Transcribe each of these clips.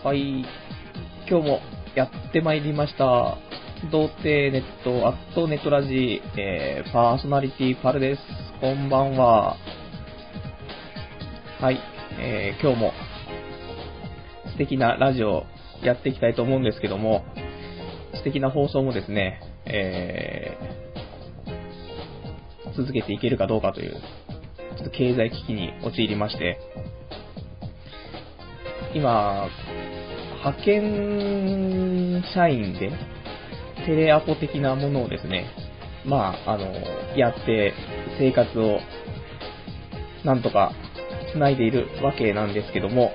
はい、今日もやってまいりました。童貞ネットアットネットラジ、パーソナリティパルです。こんばんは。はい、今日も素敵なラジオやっていきたいと思うんですけども、素敵な放送もですね、続けていけるかどうかという、ちょっと経済危機に陥りまして、今、派遣社員でテレアポ的なものをですね、やって生活をなんとか繋いでいるわけなんですけども、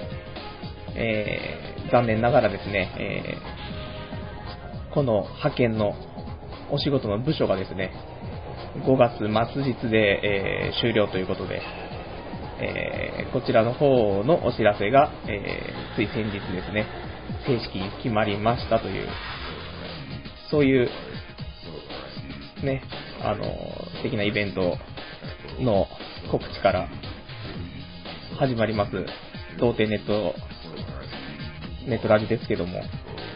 残念ながらですね、この派遣のお仕事の部署がですね、5月末日で、終了ということで、こちらの方のお知らせが、つい先日ですね、正式に決まりましたという、そういうね、素敵なイベントの告知から始まります、童貞ネットラジですけども、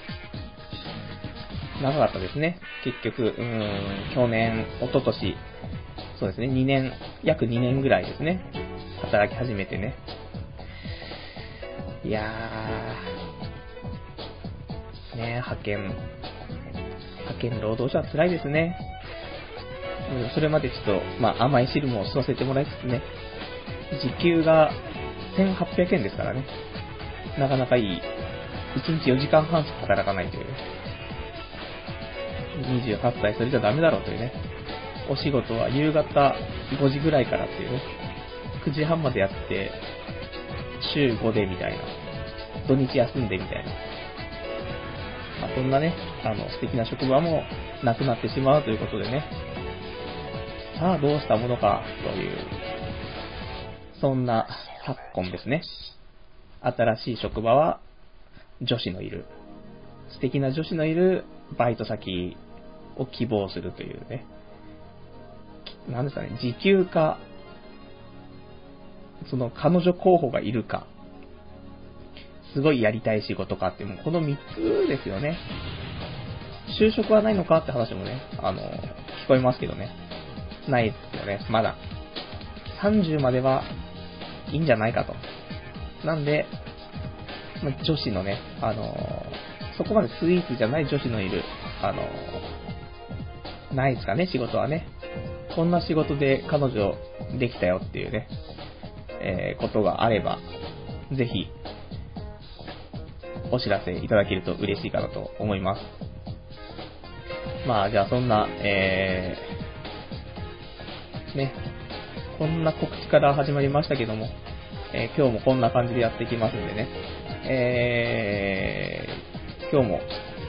長かったですね。結局、去年、一昨年、そうですね、約2年ぐらいですね、働き始めてね。いやー、ね、派遣労働者は辛いですね。それまでちょっと、甘い汁も吸わせてもらいつつね、時給が1800円ですからね、なかなかいい、1日4時間半しか働かないという、28歳それじゃダメだろうというね、お仕事は夕方5時ぐらいからっていうね、9時半までやって、週5でみたいな、土日休んでみたいな、そんなね、素敵な職場もなくなってしまうということでね、さあどうしたものかという、そんな昨今ですね。新しい職場は女子のいる、素敵な女子のいるバイト先を希望するというね、なんですかね、時給か、その彼女候補がいるか、すごいやりたい仕事かっていう、もうこの3つですよね。就職はないのかって話もね、聞こえますけどね。ないですよね、まだ。30まではいいんじゃないかと。なんで、女子のね、そこまでスイーツじゃない女子のいる、ないですかね、仕事はね。こんな仕事で彼女できたよっていうね、ことがあれば、ぜひ、お知らせいただけると嬉しいかなと思います。じゃあそんな、ね、こんな告知から始まりましたけども、今日もこんな感じでやっていきますんでね、今日も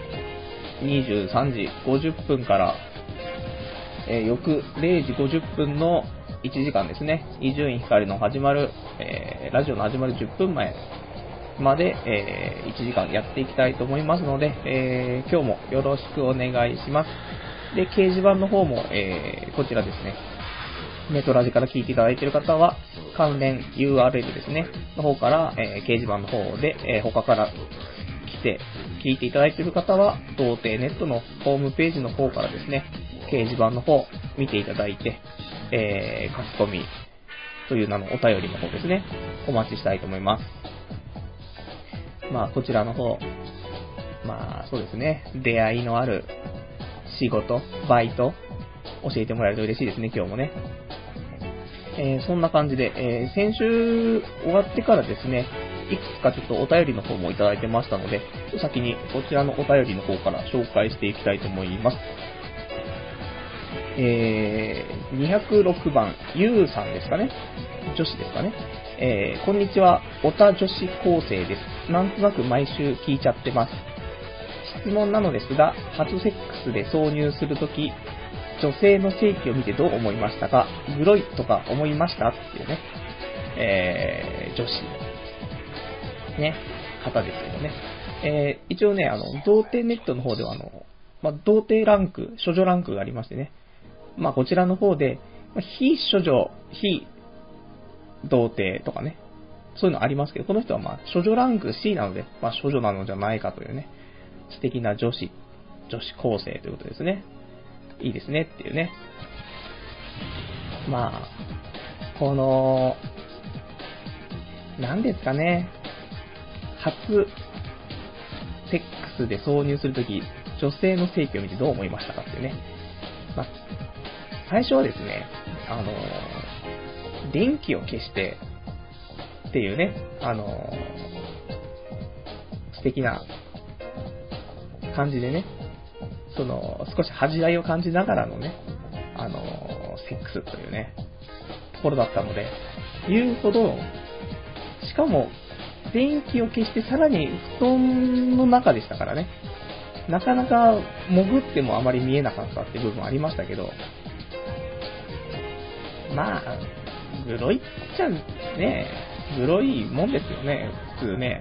23時50分から、翌0時50分の1時間ですね、伊集院光の始まる、ラジオの始まる10分前まで、1時間やっていきたいと思いますので、今日もよろしくお願いします。で、掲示板の方も、こちらですね、ネットラジから聞いていただいている方は、関連 URL ですね、の方から、掲示板の方で、他から来て聞いていただいている方は、童貞ネットのホームページの方からですね、掲示板の方見ていただいて、書き込みという名のお便りの方ですね、お待ちしたいと思います。こちらの方、そうですね、出会いのある仕事、バイト、教えてもらえると嬉しいですね、今日もね。そんな感じで、先週終わってからですね、いくつかちょっとお便りの方もいただいてましたので、先にこちらのお便りの方から紹介していきたいと思います。206番、ゆうさんですかね、女子ですかね。こんにちは、オタ女子高生です。なんとなく毎週聞いちゃってます。質問なのですが、初セックスで挿入するとき、女性の性器を見てどう思いましたか？グロいとか思いましたっていうね、女子、ね、方ですけどね。一応ね、童貞ネットの方では童貞ランク、処女ランクがありましてね、こちらの方で、非処女、非童貞とかね、 そういうのありますけど、この人はまあ、処女ランク C なので、まあ、処女なのじゃないかというね、素敵な女子高生ということですね。いいですねっていうね。まあ、この、なんですかね、初セックスで挿入するとき、女性の性器を見てどう思いましたかっていうね。まあ、最初はですね、電気を消してっていうね、素敵な感じでね、少し恥じらいを感じながらのね、セックスというね、ところだったので、言うほど、しかも、電気を消してさらに布団の中でしたからね、なかなか潜ってもあまり見えなかったって部分ありましたけど、まあ、グロいっちゃね、グロいもんですよね、普通ね。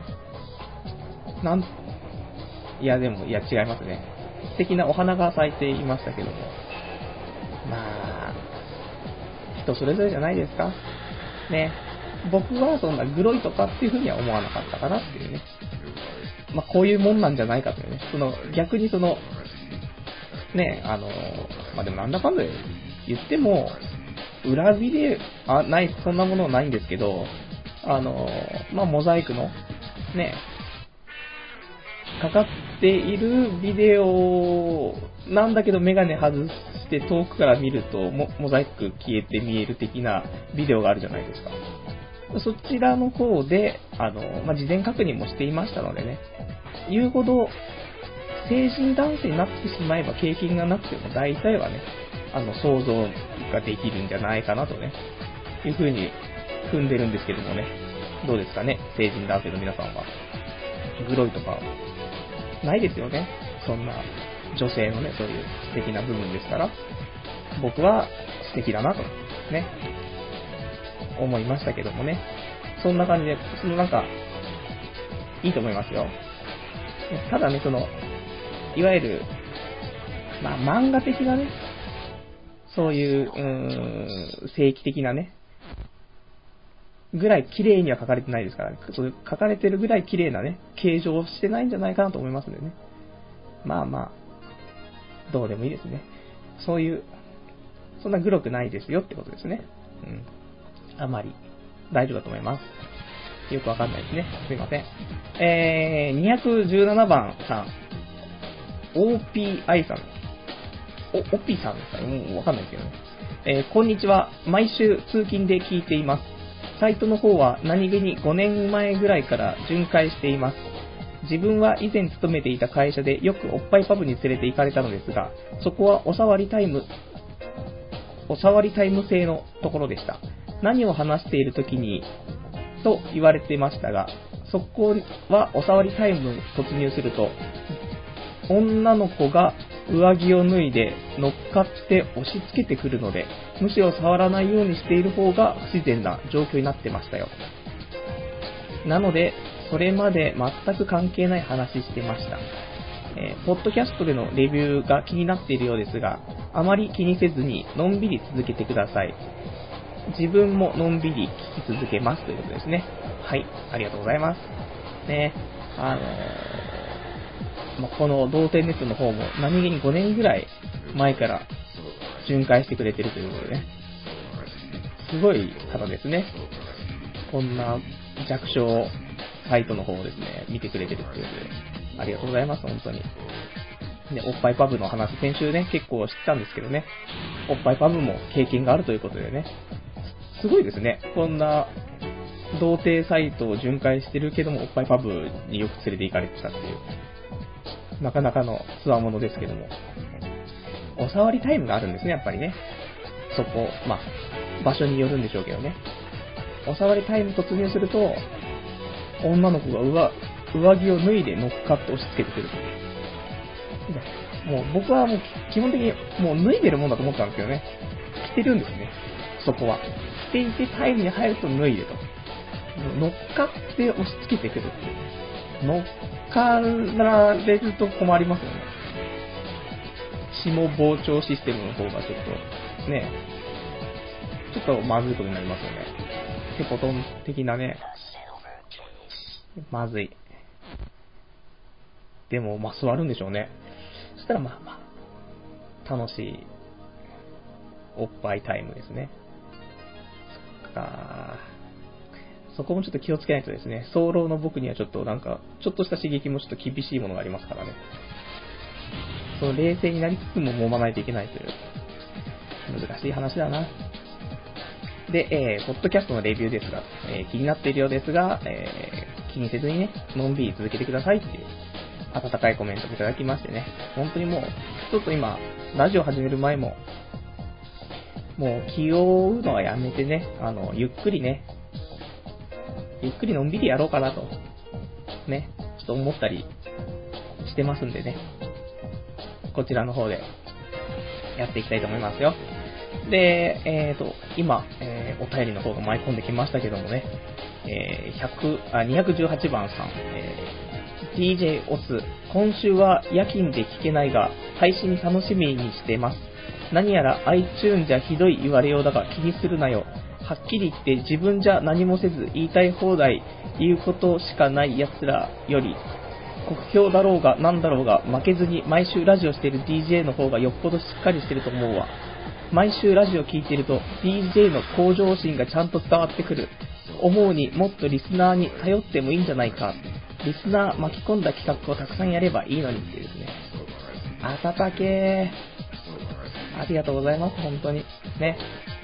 いやでも、いや違いますね。素敵なお花が咲いていましたけども。まあ、人それぞれじゃないですか。ね。僕はそんなグロいとかっていう風には思わなかったかなっていうね。まあこういうもんなんじゃないかというね。逆にね、まあでもなんだかんだ言っても、裏ビデオ、そんなものはないんですけど、まあモザイクの、ね、かかっているビデオなんだけどメガネ外して遠くから見るとモザイク消えて見える的なビデオがあるじゃないですか。そちらの方で、まあ、事前確認もしていましたのでね、言うほど成人男性になってしまえば経験がなくても大体はね、想像ができるんじゃないかなとね、いう風に踏んでるんですけどもね、どうですかね、成人男性の皆さんは。グロいとか、ないですよね。そんな女性のね、そういう素敵な部分ですから、僕は素敵だなと、ね、思いましたけどもね。そんな感じで、なんか、いいと思いますよ。ただね、いわゆる、まあ、漫画的なね、そういう、正規的なね、ぐらい綺麗には書かれてないですからね。そういう書かれてるぐらい綺麗なね、形状をしてないんじゃないかなと思いますんでね。まあまあ、どうでもいいですね。そういう、そんなグロくないですよってことですね。あまり大丈夫だと思います。よくわかんないですね。すいません。217番さん。OPI さん。オピさんですかね。もうわかんないですけどね。こんにちは。毎週通勤で聞いています。サイトの方は何気に5年前ぐらいから巡回しています。自分は以前勤めていた会社でよくおっぱいパブに連れて行かれたのですが、そこはおさわりタイム制のところでした。何を話している時にと言われてましたが、そこはおさわりタイムに突入すると、女の子が上着を脱いで乗っかって押し付けてくるので、むしろ触らないようにしている方が不自然な状況になってましたよ。なので、それまで全く関係ない話してました。ポッドキャストでのレビューが気になっているようですが、あまり気にせずにのんびり続けてください。自分ものんびり聞き続けますということですね。はい、ありがとうございます。ね、この同点ネットの方も何気に5年ぐらい前から巡回してくれてるということでね、すごい方ですね。こんな弱小サイトの方をですね、見てくれてるっていうことで、ありがとうございます、本当に。で、おっぱいパブの話、先週ね、結構知ったんですけどね、おっぱいパブも経験があるということでね、すごいですね。こんな、童貞サイトを巡回してるけども、おっぱいパブによく連れて行かれてたっていう、なかなかの強者ですけども、お触りタイムがあるんですね、やっぱりね。そこ、まあ、場所によるんでしょうけどね。お触りタイム突入すると、女の子が上着を脱いで乗っかって押し付けてくるという。もう僕はもう基本的にもう脱いでるもんだと思ったんですけどね。着てるんですね。そこは。着ていてタイムに入ると脱いでと。乗っかって押し付けてくるっていう。乗っかられると困りますよね。下膨張システムの方がちょっと、ね、ちょっとまずいことになりますよね。テポトン的なね、 まずい。でも、まあ、座るんでしょうね。そしたらまあまあ、楽しい、おっぱいタイムですね。そっか。そこもちょっと気をつけないとですね、早漏の僕にはちょっとなんか、ちょっとした刺激もちょっと厳しいものがありますからね。その冷静になりつつも揉まないといけないという、難しい話だな。で、ポッドキャストのレビューですが、気になっているようですが、気にせずにね、のんびり続けてくださいっていう、温かいコメントをいただきましてね、本当にもう、ちょっと今、ラジオ始める前も、もう気を追うのはやめてね、ゆっくりのんびりやろうかなと、ね、ちょっと思ったりしてますんでね、こちらの方でやっていきたいと思いますよ。で、今、お便りの方が舞い込んできましたけどもね、218番さん、DJ オス、今週は夜勤で聞けないが、配信楽しみにしてます。何やら iTunes じゃひどい言われようだが気にするなよ。はっきり言って自分じゃ何もせず言いたい放題言うことしかない奴らより、酷評だろうが何だろうが負けずに毎週ラジオしている DJ の方がよっぽどしっかりしてると思うわ。毎週ラジオ聞いていると DJ の向上心がちゃんと伝わってくる。思うにもっとリスナーに頼ってもいいんじゃないか。リスナー巻き込んだ企画をたくさんやればいいのにっていうですね。あたたけー。ありがとうございます、本当に。ね。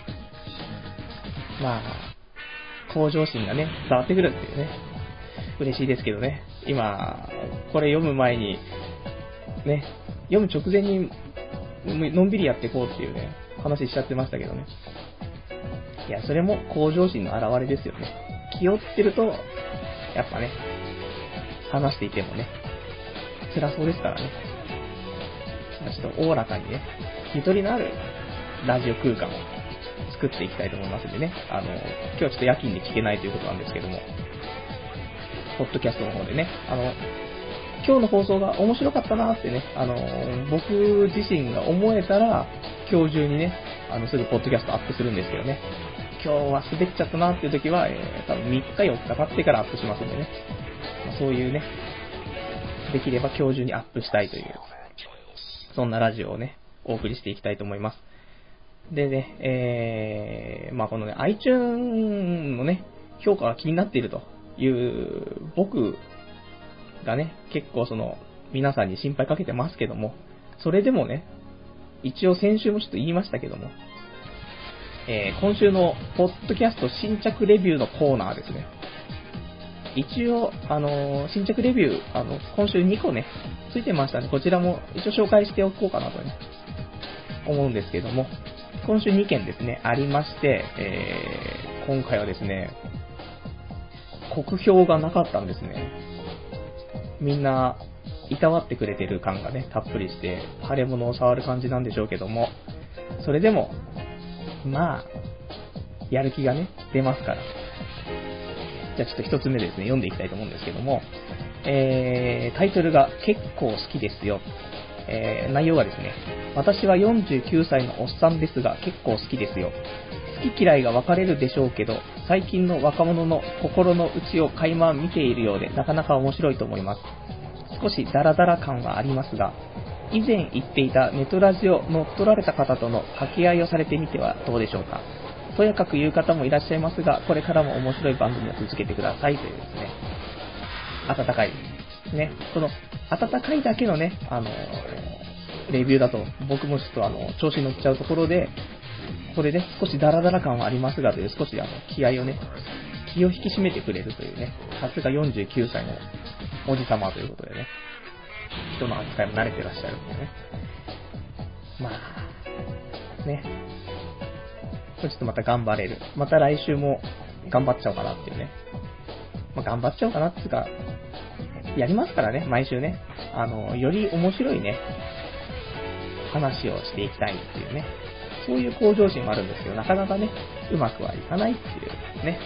まあ、向上心がね、伝わってくるっていうね。嬉しいですけどね。今、これ読む前に、ね、読む直前に、のんびりやっていこうっていうね、話しちゃってましたけどね。いや、それも向上心の表れですよね。気負ってると、やっぱね、話していてもね、辛そうですからね。ちょっとおおらかにね、ゆとりのあるラジオ空間を作っていきたいと思いますんでね。今日はちょっと夜勤で聞けないということなんですけども、ポッドキャストの方でね、今日の放送が面白かったなってね、僕自身が思えたら、今日中にね、すぐポッドキャストアップするんですけどね、今日は滑っちゃったなっていう時は、多分3日4日経ってからアップしますんでね、そういうね、できれば今日中にアップしたいという、そんなラジオをね、お送りしていきたいと思います。でね、このね、iTunes のね、評価が気になっているという僕がね、結構皆さんに心配かけてますけども、それでもね、一応先週もちょっと言いましたけども、今週のポッドキャスト新着レビューのコーナーですね。一応、新着レビュー、今週2個ね、ついてましたね。こちらも一応紹介しておこうかなとね、思うんですけども、今週2件ですね、ありまして、今回はですね、酷評がなかったんですね。みんな、いたわってくれてる感がね、たっぷりして、腫れ物を触る感じなんでしょうけども、それでも、まあ、やる気がね、出ますから。じゃあちょっと一つ目ですね、読んでいきたいと思うんですけども、タイトルが結構好きですよ。内容がですね、私は49歳のおっさんですが結構好きですよ。好き嫌いが分かれるでしょうけど、最近の若者の心の内を垣間見ているようでなかなか面白いと思います。少しダラダラ感はありますが、以前言っていたネトラジを乗っ取られた方との掛け合いをされてみてはどうでしょうか。とやかく言う方もいらっしゃいますが、これからも面白い番組を続けてくださいというですね、温かいですね。この温かいだけのね、レビューだと僕もちょっと調子に乗っちゃうところで、これね、少しダラダラ感はありますがという少し気合をね、気を引き締めてくれるというね、さすが49歳のおじさまということでね、人の扱いも慣れてらっしゃるんでね。まあ、ね。ちょっとまた頑張れる。また来週も頑張っちゃおうかなっていうね。頑張っちゃおうかなっていうか、やりますからね、毎週ね。より面白いね、話をしていきたいっていうね。そういう向上心もあるんですけど、なかなかね、うまくはいかないっていうね、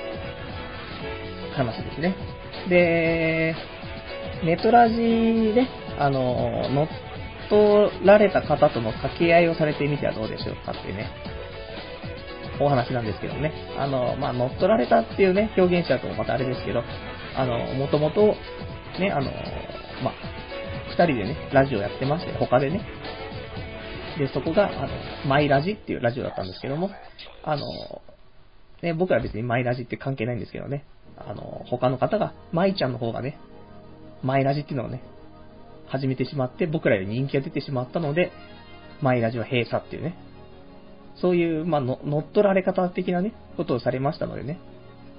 話ですね。で、ネトラジで、乗っ取られた方との掛け合いをされてみてはどうでしょうかっていうね、お話なんですけどね。乗っ取られたっていうね、表現者とまたあれですけど、 もともと、ね、二人でね、ラジオやってまして、他でね。で、そこが、マイラジっていうラジオだったんですけども、ね、僕ら別にマイラジって関係ないんですけどね、他の方が、マイちゃんの方がね、マイラジっていうのをね、始めてしまって、僕らより人気が出てしまったので、マイラジは閉鎖っていうね、そういう、乗っ取られ方的なね、ことをされましたのでね、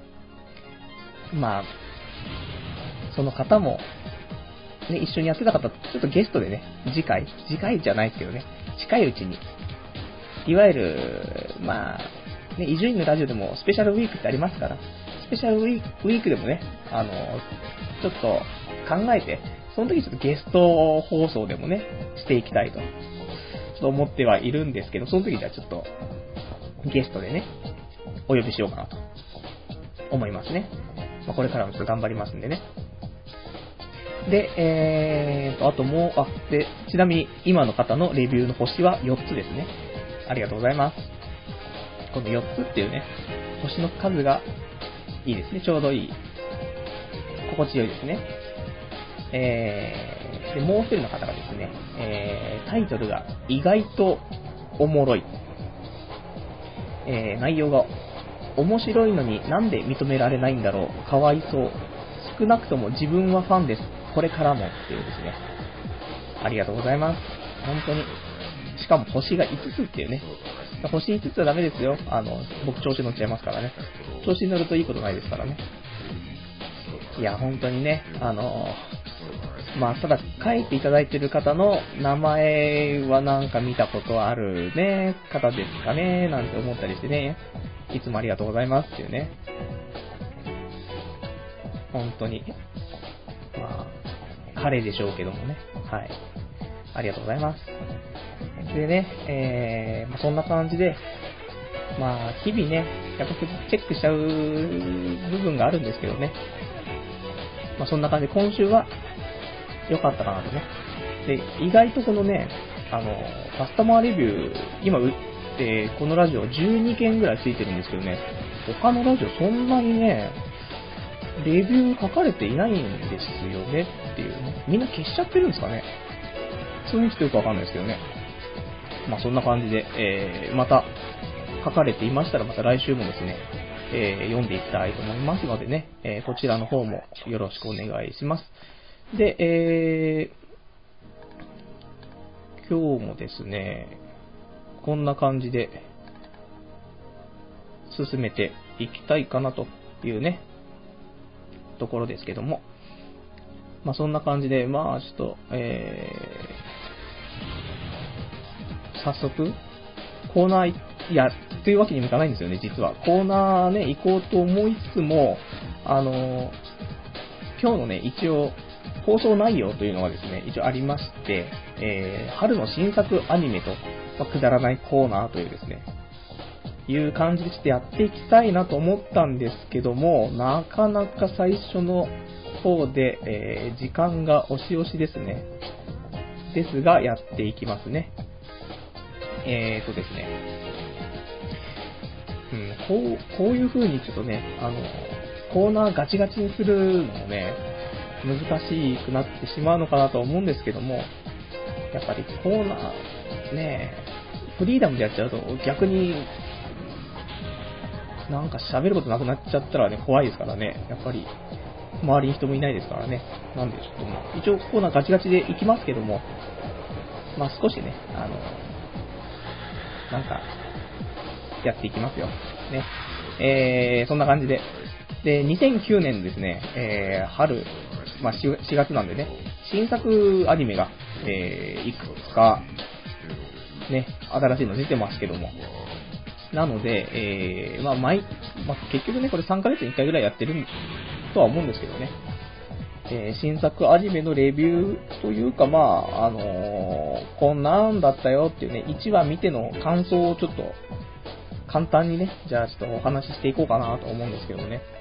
その方も、ね、一緒にやってた方、ちょっとゲストでね、次回じゃないですけどね、近いうちに、いわゆる、ね、伊集院のラジオでもスペシャルウィークってありますから、スペシャルウィークでもね、ちょっと考えて、その時ちょっとゲスト放送でもね、していきたいと、ちょっと思ってはいるんですけど、その時じゃあちょっと、ゲストでね、お呼びしようかなと、思いますね。これからもちょっと頑張りますんでね。で、あともう、で、ちなみに今の方のレビューの星は4つですね。ありがとうございます。この4つっていうね、星の数がいいですね。ちょうどいい。心地よいですね。で、もう一人の方がですね、タイトルが意外とおもろい。内容が面白いのになんで認められないんだろう。かわいそう。少なくとも自分はファンです。これからもっていうですね。ありがとうございます。本当に。しかも星が5つっていうね。星5つはダメですよ。僕調子乗っちゃいますからね。調子に乗るといいことないですからね。いや、本当にね、ただ書いていただいてる方の名前はなんか見たことあるね、方ですかね、なんて思ったりしてね。いつもありがとうございますっていうね。本当に。彼でしょうけどもね。はい。ありがとうございます。でね、そんな感じで、日々ね、やっぱチェックしちゃう部分があるんですけどね。そんな感じで今週は良かったかなとね。で、意外とこのね、カスタマーレビュー、今このラジオ12件ぐらいついてるんですけどね、他のラジオそんなにね、レビュー書かれていないんですよねっていうね。みんな消しちゃってるんですかね。それもちょっとよくわかんないですけどね。そんな感じで、また書かれていましたら、また来週もですね、読んでいきたいと思いますのでね、こちらの方もよろしくお願いします。で、今日もですね、こんな感じで進めていきたいかなというね、ところですけども、そんな感じで、ちょっと、早速、コーナー、というわけにもいかないんですよね、実は。コーナーね、行こうと思いつつも、今日のね、一応、放送内容というのがですね、一応ありまして、春の新作アニメと、くだらないコーナーというですね、いう感じでちょっとやっていきたいなと思ったんですけども、なかなか最初の方で、時間が押し押しですね。ですが、やっていきますね。ですね。こういう風にちょっとね、コーナーガチガチにするのもね、難しくなってしまうのかなと思うんですけども、やっぱりコーナー、ね、フリーダムでやっちゃうと逆に、なんか喋ることなくなっちゃったらね、怖いですからね、やっぱり、周りに人もいないですからね。なんでちょっともう、一応コーナーガチガチでいきますけども、少しね、なんか、やっていきますよ。ね。そんな感じで。で、2009年ですね、春、4月なんでね、新作アニメが、いくつか、ね、新しいの出てますけども。なので、結局ね、これ3ヶ月に1回ぐらいやってるとは思うんですけどね。新作アニメのレビューというか、こんなんだったよっていうね、1話見ての感想をちょっと、簡単にね、じゃあちょっとお話ししていこうかなと思うんですけどもね。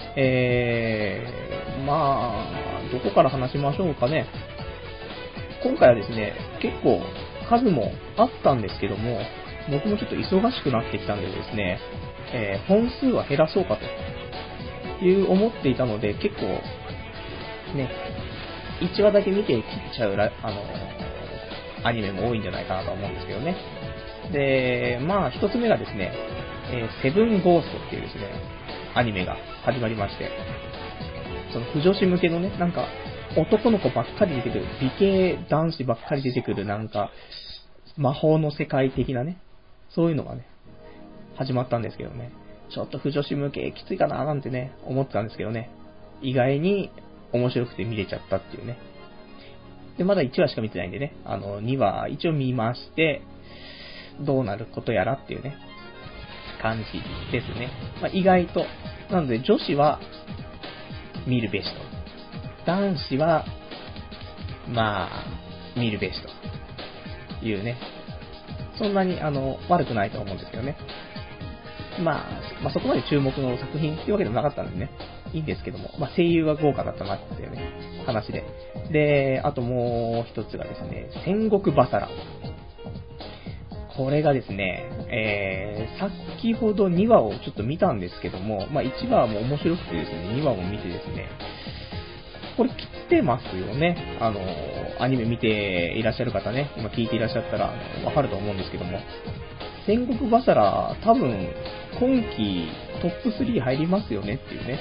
どこから話しましょうかね。今回はですね、結構数もあったんですけども、僕もちょっと忙しくなってきたんでですね、本数は減らそうかと思っていたので、結構、ね、1話だけ見て切っちゃうアニメも多いんじゃないかなと思うんですけどね。で、まあ、一つ目がですね、セブンゴーストっていうですね、アニメが始まりまして、その、不女子向けのね、なんか、男の子ばっかり出てくる、美形男子ばっかり出てくる、なんか、魔法の世界的なね、そういうのがね、始まったんですけどね、ちょっと不女子向けきついかななんてね、思ってたんですけどね、意外に面白くて見れちゃったっていうね。で、まだ1話しか見てないんでね、2話一応見まして、どうなることやらっていうね、感じですね。まあ、意外と。なので女子は見るべしと。男子は、まあ、見るべしというね。そんなに悪くないと思うんですけどね。まあそこまで注目の作品っていうわけでもなかったんでね、いいんですけども、まあ声優が豪華だったなっていうね、話で。で、あともう一つがですね、戦国バサラ。これがですね、先ほど2話をちょっと見たんですけども、まあ1話も面白くてですね、2話も見てですね、これ来てますよね。アニメ見ていらっしゃる方ね、今聞いていらっしゃったらわかると思うんですけども、戦国バサラ多分今季トップ3入りますよねっていうね。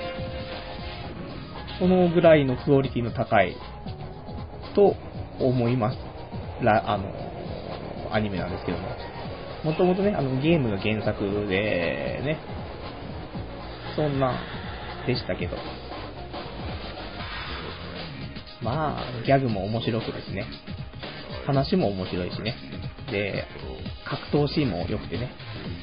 そのぐらいのクオリティの高いと思います。アニメなんですけども。もともとね、ゲームが原作でね、そんなでしたけど。まあ、ギャグも面白くですね。話も面白いしね。で、格闘シーンも良くてね。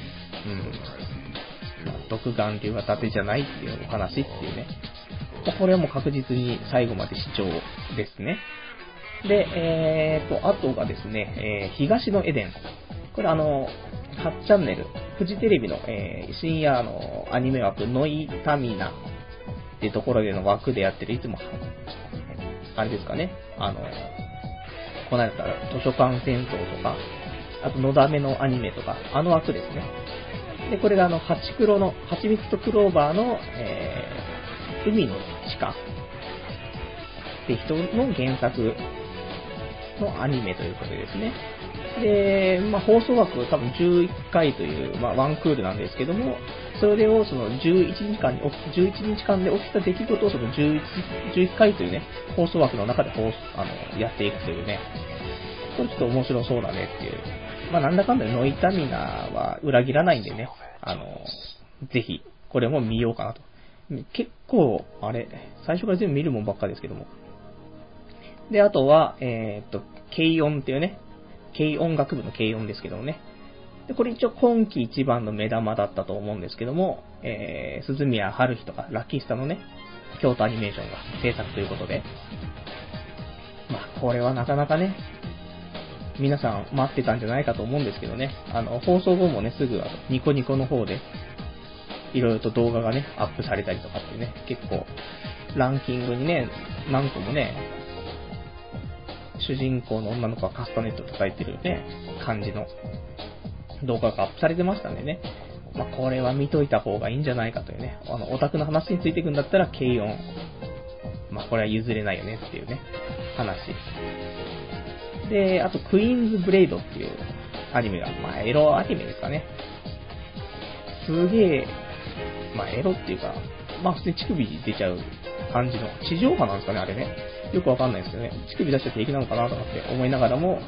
独眼竜が盾じゃないっていうお話っていうね。これはもう確実に最後まで視聴ですね。で、あとがですね、東のエデン。これ8チャンネル、フジテレビの、深夜のアニメ枠、ノイタミナっていうところでの枠でやってる、いつも、あれですかね、この間だったら図書館戦争とか、あとのだめのアニメとか、枠ですね。で、これがハチクロの、ハチミツとクローバーの、海の地下って人の原作のアニメということでですね。で、まあ、放送枠多分11回という、まあ、ワンクールなんですけども、それをその11日間で起きた出来事をその11回というね、放送枠の中でやっていくというね、これちょっと面白そうだねっていう。まあ、なんだかんだノイタミナは裏切らないんでね、ぜひ、これも見ようかなと。結構、最初から全部見るもんばっかですけども。で、あとは、軽音っていうね、軽音楽部の軽音ですけどもね。で、これ一応今季一番の目玉だったと思うんですけども、鈴宮春日とかラッキースタのね、京都アニメーションが制作ということで、まあ、これはなかなかね、皆さん待ってたんじゃないかと思うんですけどね、放送後もね、すぐニコニコの方で、いろいろと動画がね、アップされたりとかってね、結構、ランキングにね、何個もね、主人公の女の子がカスタネット叩いてるね、感じの動画がアップされてましたんでね、まあ、これは見といた方がいいんじゃないかというね、オタクの話についていくんだったら、軽音。まあ、これは譲れないよねっていうね、話。で、あと、クイーンズブレイドっていうアニメが、まあ、エロアニメですかね。すげえ、まあ、エロっていうか、まあ、普通に乳首出ちゃう感じの、地上波なんですかね、あれね。よくわかんないですけどね。乳首出しちゃ平気なのかなとかって思いながらも、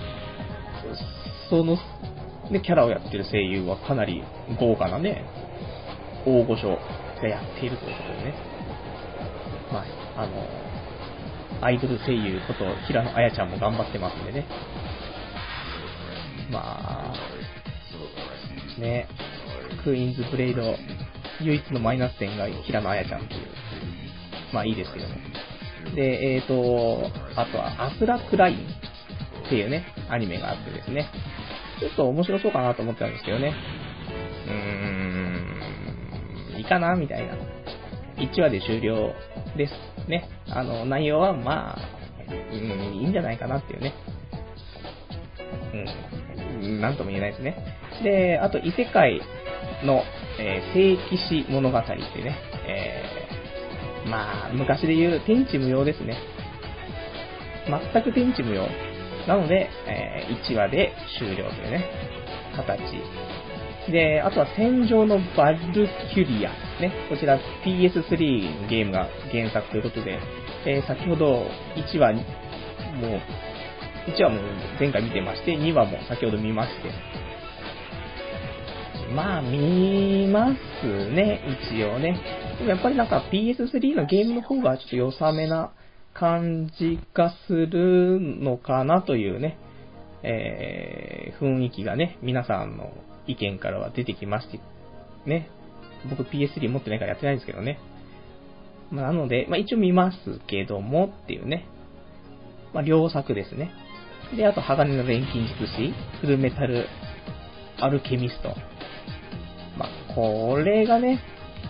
その、ね、キャラをやってる声優はかなり豪華なね、大御所がやっているということでね。まあ、アイドル声優こと平野綾ちゃんも頑張ってますんでね。まあ、ね、クイーンズブレイド、唯一のマイナス点が平野綾ちゃんという、まあいいですけども。で、あとはアスラクラインっていうね、アニメがあってですね、ちょっと面白そうかなと思ってたんですけどね。いいかなみたいな。1話で終了ですね。内容はまあ、いいんじゃないかなっていうね。なんとも言えないですね。で、あと異世界の、聖騎士物語っていうね、 まあ、昔で言う天地無用ですね。全く天地無用。なので、1話で終了というね、形。で、あとは戦場のバルキュリア。ね、こちら PS3 のゲームが原作ということで、先ほど1話もう前回見てまして、2話も先ほど見まして、まあ見ますね、一応ね。でもやっぱりなんか PS3 のゲームの方がちょっと良さめな感じがするのかなというね、雰囲気がね、皆さんの意見からは出てきまして、ね。僕 PS3 持ってないからやってないんですけどね。まあ、なので、まあ一応見ますけどもっていうね。まあ両作ですね。で、あと鋼の錬金術師、フルメタルアルケミスト。まあこれがね、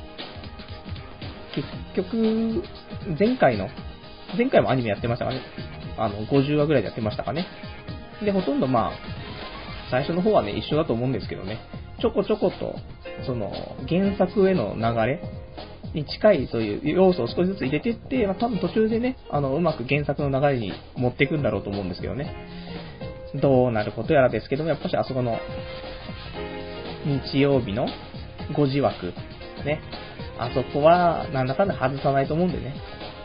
結局、前回もアニメやってましたかね。50話ぐらいでやってましたかね。で、ほとんどまあ、最初の方はね、一緒だと思うんですけどね、ちょこちょこと、その、原作への流れに近いそういう要素を少しずつ入れていって、まあ、多分途中でね、うまく原作の流れに持っていくんだろうと思うんですけどね。どうなることやらですけども、やっぱしあそこの、日曜日の5時枠、ね、あそこは、なんだかんだ外さないと思うんでね。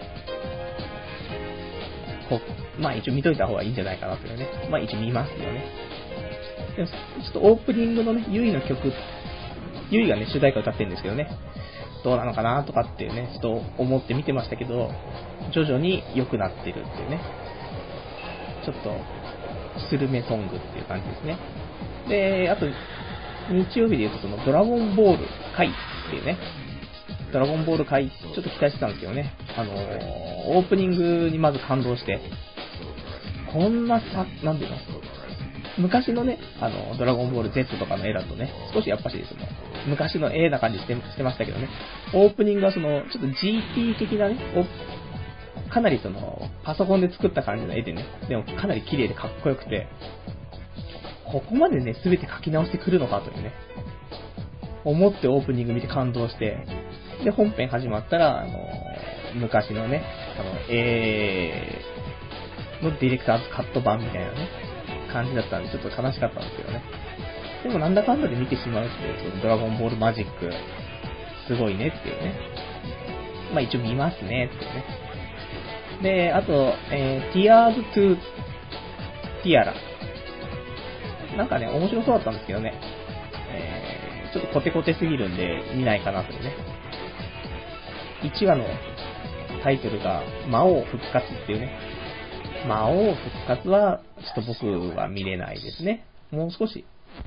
まあ一応見といた方がいいんじゃないかなというね。まあ一応見ますよね。でもちょっとオープニングのね、ユイの曲、ユイがね、主題歌歌ってるんですけどね、どうなのかなとかっていうね、ちょっと思って見てましたけど、徐々に良くなってるっていうね。ちょっと、スルメソングっていう感じですね。で、あと、日曜日で言うとそのドラゴンボール回っていうね、ドラゴンボール回、ちょっと期待してたんですけどね、オープニングにまず感動して、こんななんていうの昔のね、ドラゴンボール Z とかの絵だとね、少しやっぱしですね、昔の絵な感じしてましたけどね、オープニングはその、ちょっと GT 的なね、かなりその、パソコンで作った感じの絵でね、でもかなり綺麗でかっこよくて、ここまでね、すべて書き直してくるのかというね、思ってオープニング見て感動して、で、本編始まったら、昔のね、絵のディレクターズカット版みたいなね、感じだったんで、ちょっと悲しかったんですけどね。でもなんだかんだで見てしまうっていう、そのドラゴンボールマジック、すごいねっていうね。まあ一応見ますねっていうね。で、あと、Tears to Tiara。なんかね、面白そうだったんですけどね。ちょっとコテコテすぎるんで見ないかなというね。1話のタイトルが魔王復活っていうね。魔王復活はちょっと僕は見れないですね。もう少し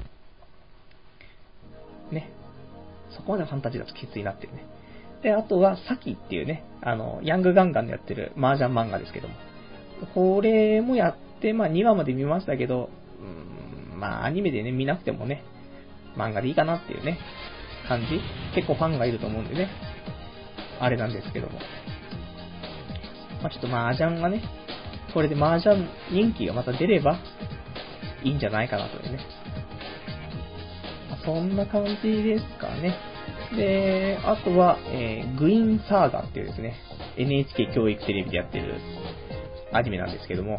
ね、そこまでのファンタジーだときついなっていうね。で、あとはサキっていうね、ヤングガンガンでやってる麻雀漫画ですけども、これもやって、まあ2話まで見ましたけど、まあアニメでね見なくてもね、漫画でいいかなっていうね感じ。結構ファンがいると思うんでね、あれなんですけども、まあちょっと麻雀がね、これで麻雀人気がまた出ればいいんじゃないかなというね。そんな感じですかね。で、あとは、グイーンサーガっていうですね、NHK 教育テレビでやってるアニメなんですけども、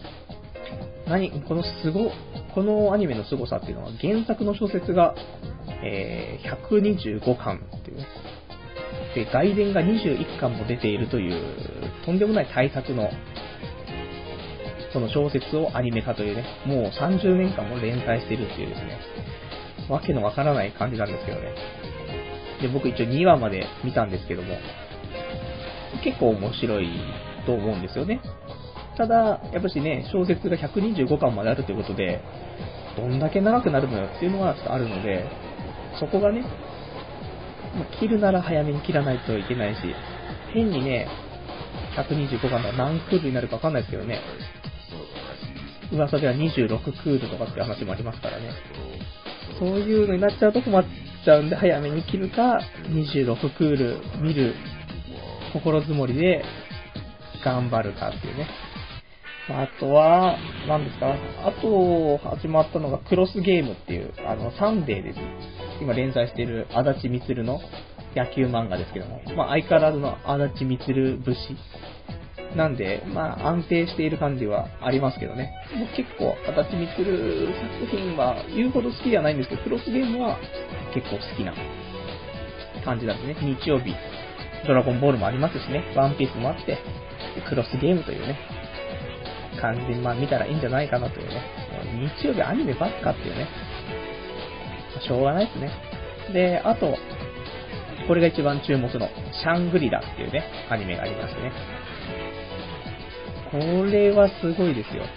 このアニメの凄さっていうのは、原作の小説が、125巻っていうね。で、外伝が21巻も出ているという、とんでもない大作の、その小説をアニメ化というね、もう30年間も連載しているっていうですね、わけのわからない感じなんですけどね。で、僕一応2話まで見たんですけども、結構面白いと思うんですよね。ただ、やっぱしね、小説が125巻まであるということで、どんだけ長くなるのよっていうのはちょっとあるので、そこがね、切るなら早めに切らないといけないし、変にね、125巻が何クールになるかわかんないですけどね、噂では26クールとかって話もありますからね。そういうのになっちゃうと困っちゃうんで、早めに切るか、26クール見る心づもりで頑張るかっていうね。あとは、何ですか、あと始まったのがクロスゲームっていう、サンデーです。今連載している足立みつるの野球漫画ですけども、まあ相変わらずの足立みつる節なんで、まあ安定している感じはありますけどね。もう結構足立みつる作品は言うほど好きではないんですけど、クロスゲームは結構好きな感じなんでね。日曜日、ドラゴンボールもありますしね、ワンピースもあって、クロスゲームというね、感じでまあ見たらいいんじゃないかなというね。日曜日アニメばっかっていうね。しょうがないですね。で、あと、これが一番注目のシャングリラっていうね、アニメがありましてね。これはすごいですよ。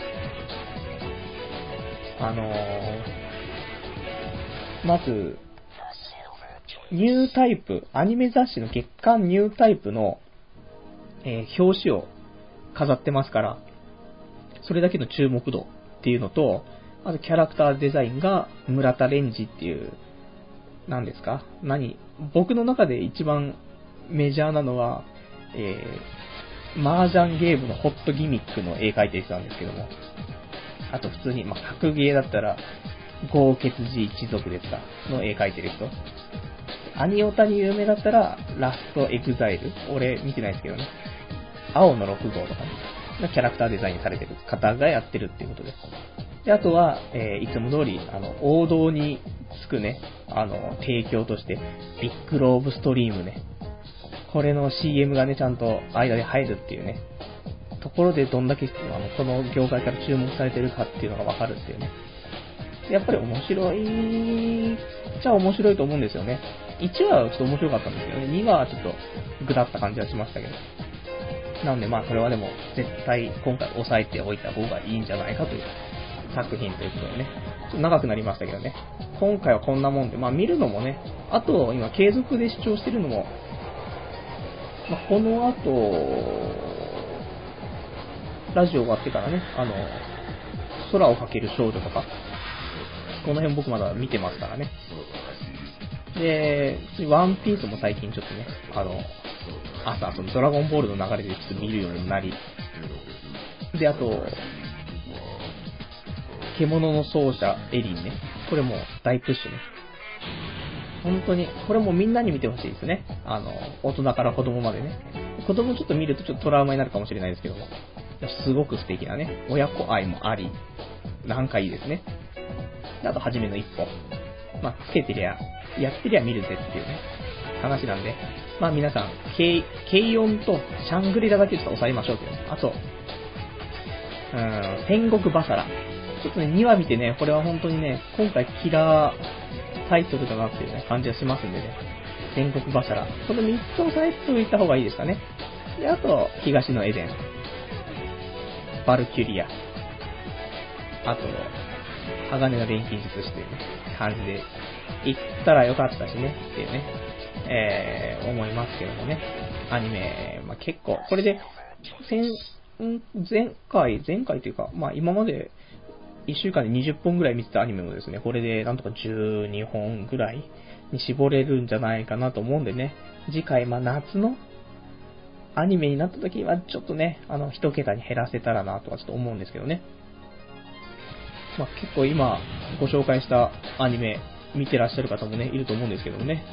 まず、ニュータイプ、アニメ雑誌の月刊ニュータイプの、表紙を飾ってますから、それだけの注目度っていうのと、あとキャラクターデザインが村田蓮司っていう、何ですか？僕の中で一番メジャーなのは、麻雀ゲームのホットギミックの絵描いてる人なんですけども、あと普通に、まあ、格ゲーだったら、豪傑寺一族ですかの絵描いてる人。アニオタに有名だったら、ラストエグザイル。俺見てないですけどね。青の6号とかね。のキャラクターデザインされてる方がやってるっていうことです。で、あとは、いつも通り、王道につくね、提供として、ビッグローブストリームね。これの CM がね、ちゃんと間で入るっていうね。ところでどんだけ、この業界から注目されてるかっていうのがわかるっていうね。やっぱり面白い、じゃあ面白いと思うんですよね。1話はちょっと面白かったんですけどね。2話はちょっとグダった感じはしましたけど。なのでまあこれはでも絶対今回押さえておいた方がいいんじゃないかという作品ということでね。ちょっと長くなりましたけどね。今回はこんなもんで、まあ見るのもね、あと今継続で視聴してるのも、まあ、この後、ラジオ終わってからね、空をかける少女とか、この辺僕まだ見てますからね。で、ワンピースも最近ちょっとね、朝、そのドラゴンボールの流れでちょっと見るようになり、で、あと、獣の奏者エリンね、これも大プッシュね。本当に、これもみんなに見てほしいですね。大人から子供までね。子供ちょっと見るとちょっとトラウマになるかもしれないですけども、すごく素敵なね、親子愛もあり、なんかいいですね。あと、初めの一歩。まあ、つけてりゃ、やってりゃ見るぜっていうね、話なんで、まあ皆さん、軽音とシャングリラだけちょっと抑えましょうというね。あと、天国バサラ。ちょっとね、2話見てね、これは本当にね、今回キラータイトルだなっていうね、感じがしますんでね。天国バサラ。この3つを押さえておいた方がいいですかね。で、あと、東のエデン。バルキュリア。あと、鋼の錬金術師というね、感じで、行ったらよかったしね、っていうね、思いますけどもね。アニメ、まあ、結構、これで、前回というか、まあ今まで1週間で20本ぐらい見てたアニメもですね、これでなんとか12本ぐらいに絞れるんじゃないかなと思うんでね、次回、まあ夏のアニメになった時はちょっとね、一桁に減らせたらなとはちょっと思うんですけどね。まあ結構今ご紹介したアニメ見てらっしゃる方もね、いると思うんですけどもね、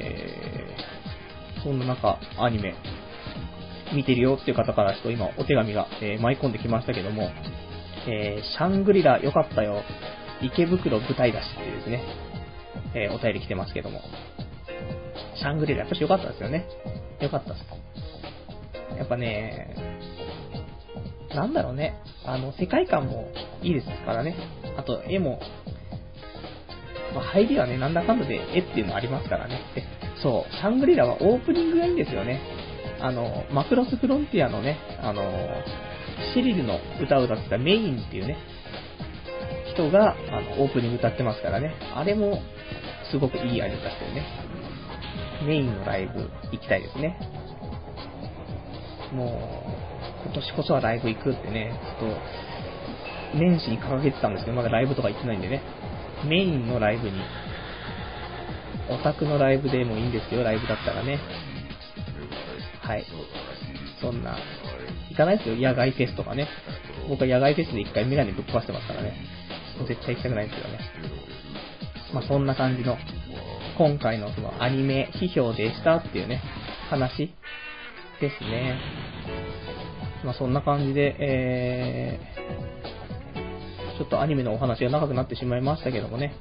そんな中、アニメ見てるよっていう方からちょっと今お手紙が、舞い込んできましたけども、シャングリラ良かったよ、池袋舞台だしっていうですね、お便り来てますけども、シャングリラやっぱし良かったですよね。良かったです。やっぱね、なんだろうね、世界観もいいですからね。あと絵も、まあ、入りはね、なんだかんだで絵っていうのありますからね。で、そう、シャングリラはオープニングがいいんですよね。マクロスフロンティアのね、シリルの歌を歌ってたメインっていうね、人が、オープニング歌ってますからね。あれも、すごくいい味出してるね。メインのライブ行きたいですね。もう、今年こそはライブ行くってね、ちょっと、年始に掲げてたんですけど、まだライブとか行ってないんでね。メインのライブに、オタクのライブでもいいんですよ、ライブだったらね。はい。そんな、行かないですよ、野外フェスとかね。僕は野外フェスで一回メガネぶっ壊してますからね。絶対行きたくないですよね。まあそんな感じの今回のそのアニメ批評でしたっていうね、話ですね。まあそんな感じで、ちょっとアニメのお話が長くなってしまいましたけどもね。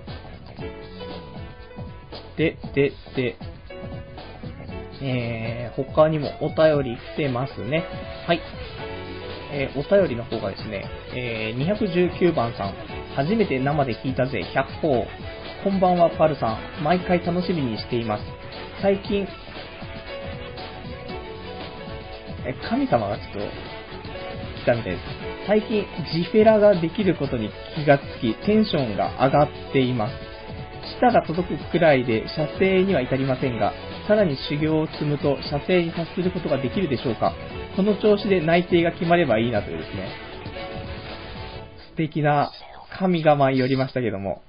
で、他にもお便り来てますね。はい。お便りの方がですね、219番さん、初めて生で聞いたぜ、100歩。こんばんは、パルさん。毎回楽しみにしています。最近、神様がちょっと来たみたいです。最近、ジフェラができることに気がつき、テンションが上がっています。舌が届くくらいで射精には至りませんが、さらに修行を積むと射精に達することができるでしょうか。この調子で内定が決まればいいなというですね、素敵な神が舞い降りましたけども。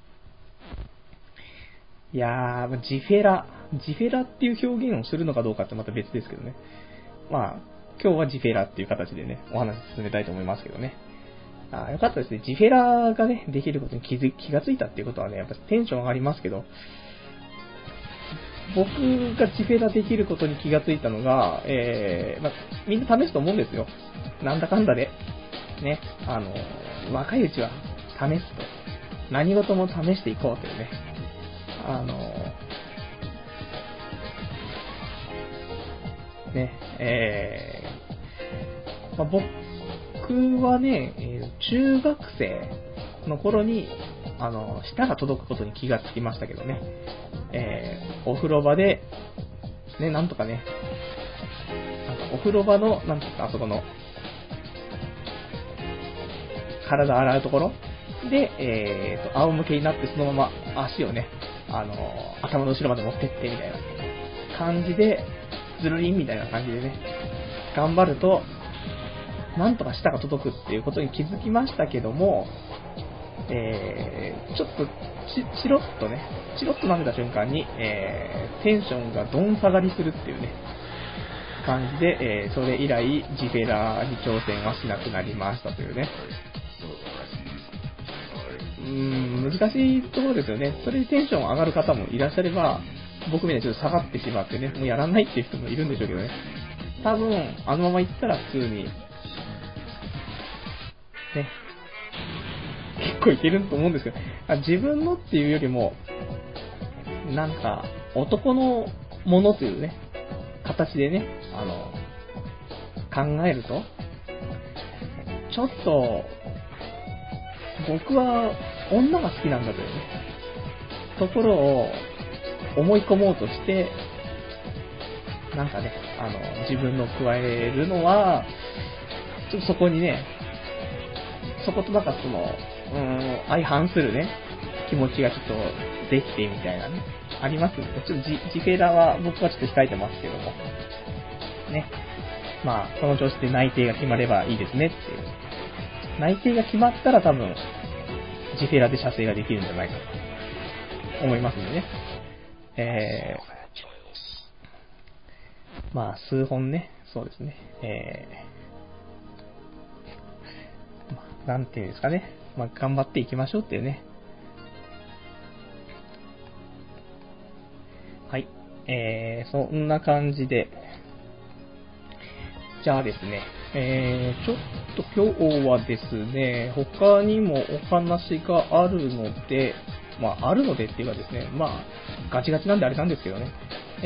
いやー、ジフェラっていう表現をするのかどうかってまた別ですけどね。まあ、今日はジフェラっていう形でね、お話進めたいと思いますけどね。よかったですね。ジフェラがね、できることに気がついたっていうことはね、やっぱテンション上がりますけど、僕がジフェラできることに気がついたのが、まあ、みんな試すと思うんですよ。なんだかんだで。ね、若いうちは試すと。何事も試していこうというね。まあ、僕はね、中学生の頃に、舌が届くことに気がつきましたけどね。お風呂場で、ね、なんとかね、お風呂場の、なんとかあそこの、体洗うところで、仰向けになってそのまま足をね、頭の後ろまで持ってってみたいな感じで、ズルリンみたいな感じでね、頑張ると、なんとか舌が届くっていうことに気づきましたけども、ちょっとチロッと舐めた瞬間に、テンションがどん下がりするっていうね、感じで、それ以来、ジフェラに挑戦はしなくなりましたというね。難しいところですよね。それでテンション上がる方もいらっしゃれば、僕みたいにちょっと下がってしまってね、もうやらないっていう人もいるんでしょうけどね。多分、あのまま行ったら普通に、ね、結構いけると思うんですけど、自分のっていうよりも、なんか、男のものというね、形でね、考えると、ちょっと、僕は女が好きなんだというね、ところを思い込もうとして、なんかね、自分の加えるのは、ちょっとそこにね、そことなんかその、相反するね、気持ちがちょっとできてみたいなね、ありますんで、ちょっとジフェラは僕はちょっと控えてますけども、ね。まあ、この調子で内定が決まればいいですねっていう。内定が決まったら多分、ジフェラで射精ができるんじゃないかと思いますんでね。まあ、数本ね、そうですね。なんていうんですかね。まあ、頑張っていきましょうっていうね。はい。そんな感じで。じゃあですね。ちょっと今日はですね、他にもお話があるので、まあ、あるのでっていうかですね、まあ、ガチガチなんであれなんですけどね。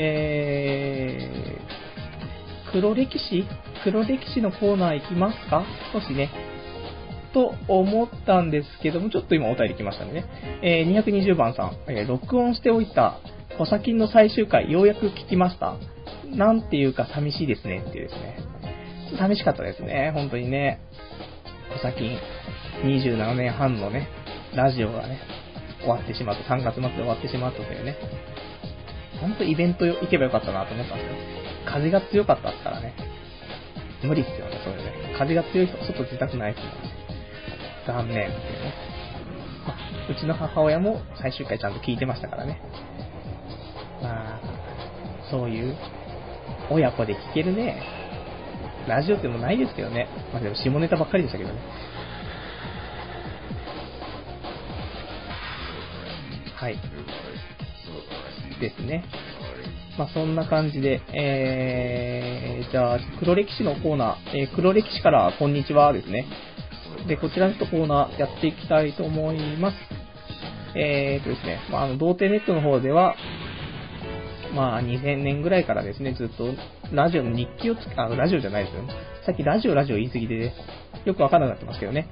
黒歴史のコーナー行きますか？少しね。と思ったんですけども、ちょっと今お便り来ましたね。220番さん、録音しておいたコサキンの最終回、ようやく聞きました。なんていうか寂しいですねっていうですね。寂しかったですね、本当にね。コサキン、27年半のね、ラジオがね、終わってしまった、3月末で終わってしまったというね。本当イベント行けばよかったなと思ったんですよ。風が強かったですからね。無理っすよね、それね。風が強い人、外出たくないですもんね。残念っていうね。まあ、うちの母親も最終回ちゃんと聞いてましたからね。まあ、そういう、親子で聞けるね、ラジオってもないですけどね。まあでも下ネタばっかりでしたけどね。はい。 ですね。まあそんな感じで、じゃあ黒歴史のコーナー、黒歴史からこんにちはですね。で、こちらのコーナーやっていきたいと思います。ですね、まあ童貞ネットの方では、まあ2000年ぐらいからですね、ずっとラジオの日記をラジオじゃないですよね。さっきラジオ言い過ぎで、ね、よくわからなくなってますけどね。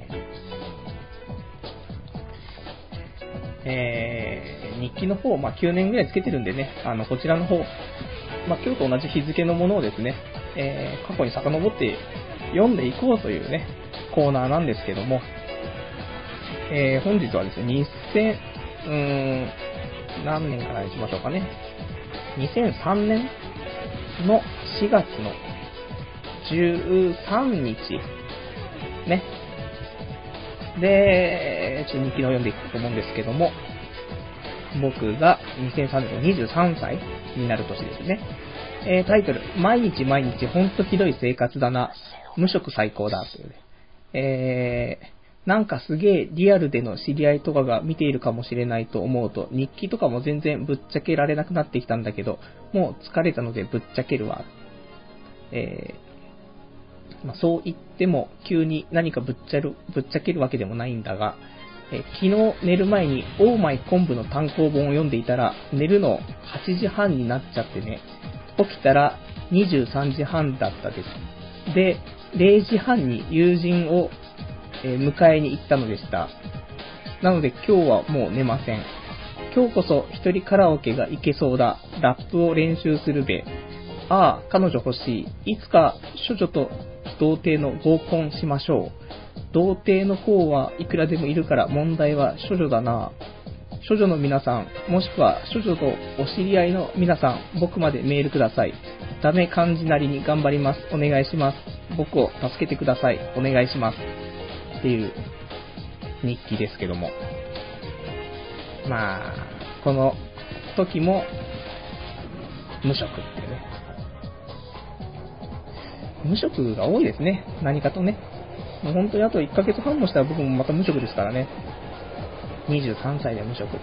日記の方、まあ9年ぐらいつけてるんでね、こちらの方、まあ今日と同じ日付のものをですね、過去に遡って読んでいこうというね、コーナーなんですけども、本日はですね、何年からにしましょうかね。2003年の4月の13日ね。で、日記を読んでいくと思うんですけども、僕が2003年の23歳になる年ですね。タイトル、毎日ほんとひどい生活だな、無職最高だというね。なんかすげえリアルでの知り合いとかが見ているかもしれないと思うと、日記とかも全然ぶっちゃけられなくなってきたんだけど、もう疲れたのでぶっちゃけるわ。まあ、そう言っても急に何かぶっちゃけるわけでもないんだが、昨日寝る前にオーマイ昆布の単行本を読んでいたら、寝るの8時半になっちゃってね、起きたら23時半だったです。で、0時半に友人を迎えに行ったのでした。なので今日はもう寝ません。今日こそ一人カラオケが行けそうだ。ラップを練習するべ。ああ、彼女欲しい。いつか処女と童貞の合コンしましょう。童貞の方はいくらでもいるから問題は処女だな。処女の皆さん、もしくは処女とお知り合いの皆さん、僕までメールください。ダメ漢字なりに頑張ります。お願いします。僕を助けてください。お願いします。っていう日記ですけども。まあ、この時も無職っていうね。無職が多いですね。何かとね。もう本当にあと1ヶ月半もしたら僕もまた無職ですからね。23歳で無職っていう。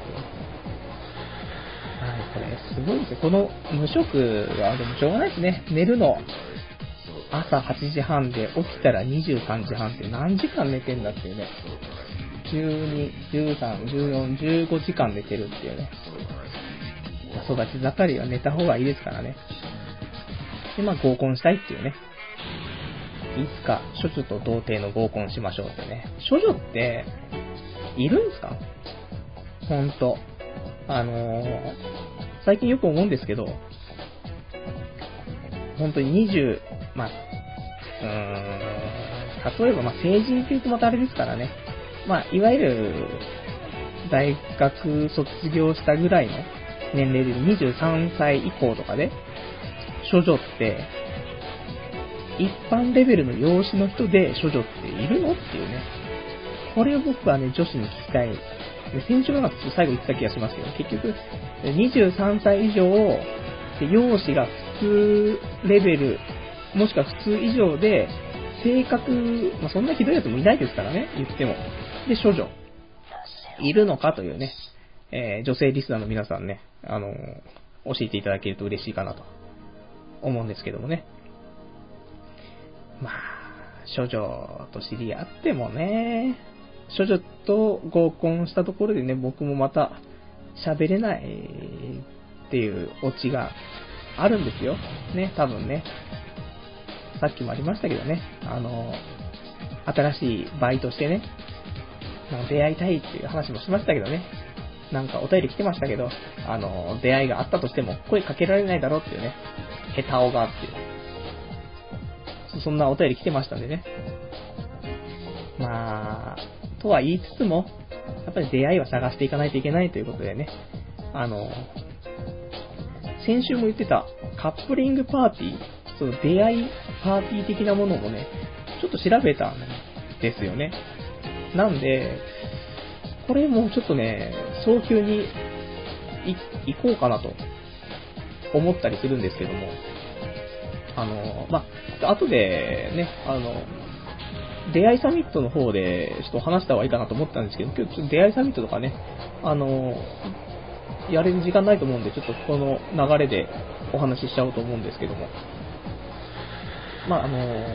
はい、これすごいですよ。この無職はでもしょうがないですね。寝るの朝8時半で起きたら23時半って何時間寝てんだっていうね。12、13、14、15時間寝てるっていうね。育ち盛りは寝た方がいいですからね。で、まあ合コンしたいっていうね。いつか処女と童貞の合コンしましょうってね。処女っているんですか？ほんと。最近よく思うんですけど、本当に20、まあ、例えば成人って言うとまたあれですからね。まあ、いわゆる大学卒業したぐらいの年齢で23歳以降とかで、処女って一般レベルの養子の人で処女っているのっていうね。これを僕はね、女子に聞きたい。先週の最後言ってた気がしますけど、結局、23歳以上、養子が普通レベル、もしくは普通以上で、性格、そんなひどいやつもいないですからね、言っても。で、処女、いるのかというね、女性リスナーの皆さんね、教えていただけると嬉しいかなと思うんですけどもね。まあ、処女と知り合ってもね、処女と合コンしたところでね、僕もまた喋れないっていうオチがあるんですよ。ね、多分ね。さっきもありましたけどね、新しいバイトしてね、出会いたいっていう話もしましたけどね。なんかお便り来てましたけど、出会いがあったとしても声かけられないだろうっていうね、下手おがっていう。そんなお便り来てましたんでね。まあ、とは言いつつも、やっぱり出会いは探していかないといけないということでね、先週も言ってたカップリングパーティー、その出会いパーティー的なものもね、ちょっと調べたんですよね。なんで、これもちょっとね、早急に行こうかなと思ったりするんですけども、後でね、出会いサミットの方でちょっと話した方がいいかなと思ったんですけど、今日ちょっと出会いサミットとかね、 やれる時間ないと思うんで、ちょっとこの流れでお話ししちゃおうと思うんですけども。まあ、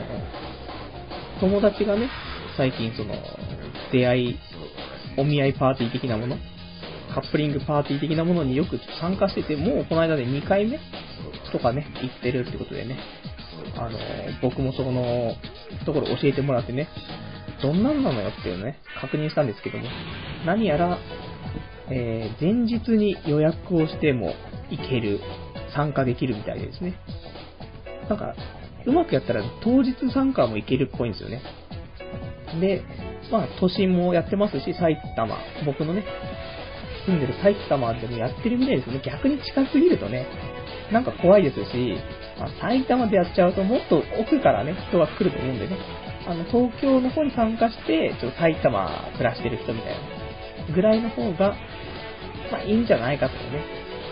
友達がね、最近その、出会い、お見合いパーティー的なもの、カップリングパーティー的なものによく参加してて、もうこの間で2回目とかね、行ってるってことでね、僕もそこのところ教えてもらってね、どんなんなのよっていうのね、確認したんですけども、何やら、前日に予約をしても行ける、参加できるみたいですね。なんか、うまくやったら当日参加も行けるっぽいんですよね。で、まあ、都心もやってますし、埼玉、僕のね、住んでる埼玉でもやってるみたいですよね。逆に近すぎるとね、なんか怖いですし、まあ、埼玉でやっちゃうともっと奥からね、人は来ると思うんでね、東京の方に参加して、ちょっと埼玉暮らしてる人みたいな、ぐらいの方が、まあいいんじゃないかというね。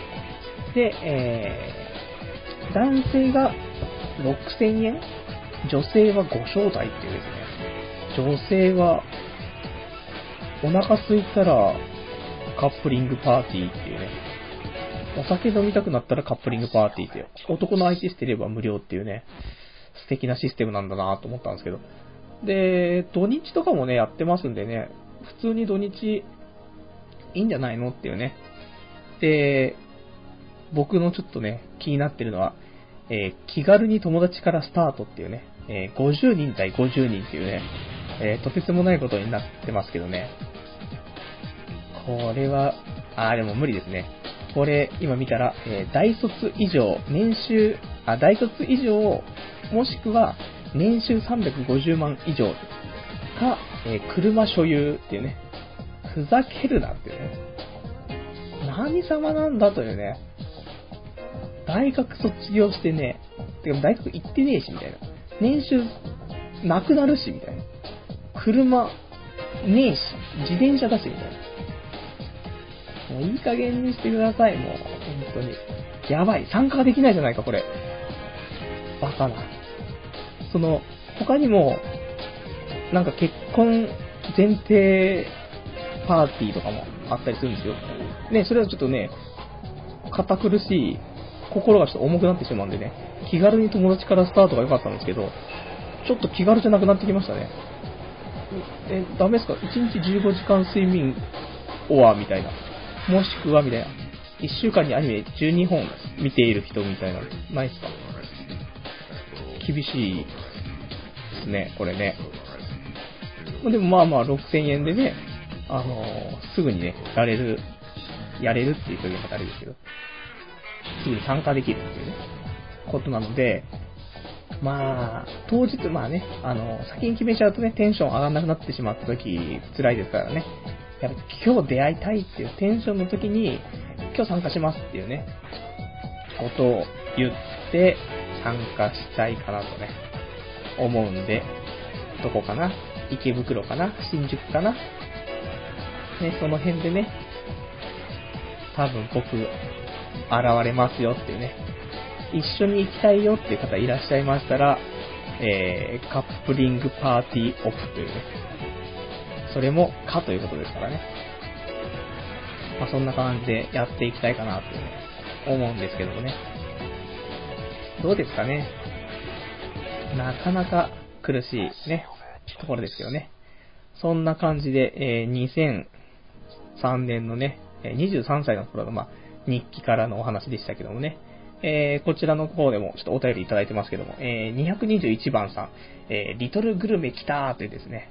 で、男性が6000円、女性はご招待っていうですね、女性はお腹空いたらカップリングパーティーっていうね、お酒飲みたくなったらカップリングパーティーっていう、男の相手してれば無料っていうね、素敵なシステムなんだなと思ったんですけど。で、土日とかもね、やってますんでね、普通に土日いいんじゃないのっていうね。で、僕のちょっとね、気になってるのは、気軽に友達からスタートっていうね、50人対50人っていうね、とてつもないことになってますけどね。これは、でも無理ですね。これ、今見たら、大卒以上、大卒以上、もしくは、年収350万以上か、車所有っていうね、ふざけるなっていうね。何様なんだというね。大学卒業してね、てか大学行ってねえし、みたいな。年収、なくなるし、みたいな。車、ねえし、自転車だし、みたいな。もういい加減にしてください、もう。本当に。やばい。参加できないじゃないか、これ。バカな。他にも、なんか結婚前提パーティーとかもあったりするんですよ。ね、それはちょっとね、堅苦しい、心がちょっと重くなってしまうんでね、気軽に友達からスタートが良かったんですけど、ちょっと気軽じゃなくなってきましたね。ダメですか ?1 日15時間睡眠、みたいな。もしくは、みたいな。1週間にアニメ12本見ている人みたいな。ないですか？厳しいですね、これね。でもまあ6000円でね、すぐにね、やれるっていう表現があれですけど、すぐに参加できるっていうね、ことなので、まあ、当日、まあね、先に決めちゃうとね、テンション上がんなくなってしまった時、辛いですからね。やっぱ今日出会いたいっていうテンションの時に、今日参加しますっていうね、ことを言って参加したいかなとね、思うんで、どこかな？池袋かな？新宿かな？ね、その辺でね、多分僕、現れますよっていうね、一緒に行きたいよっていう方いらっしゃいましたら、カップリングパーティーオフというね、それもかということですからね。まあそんな感じでやっていきたいかなと、ね、思うんですけどもね。どうですかね。なかなか苦しいね、ところですよね。そんな感じで、2003年のね、23歳の頃の、日記からのお話でしたけどもね。こちらの方でもちょっとお便りいただいてますけども、221番さん、リトルグルメ来たーというですね、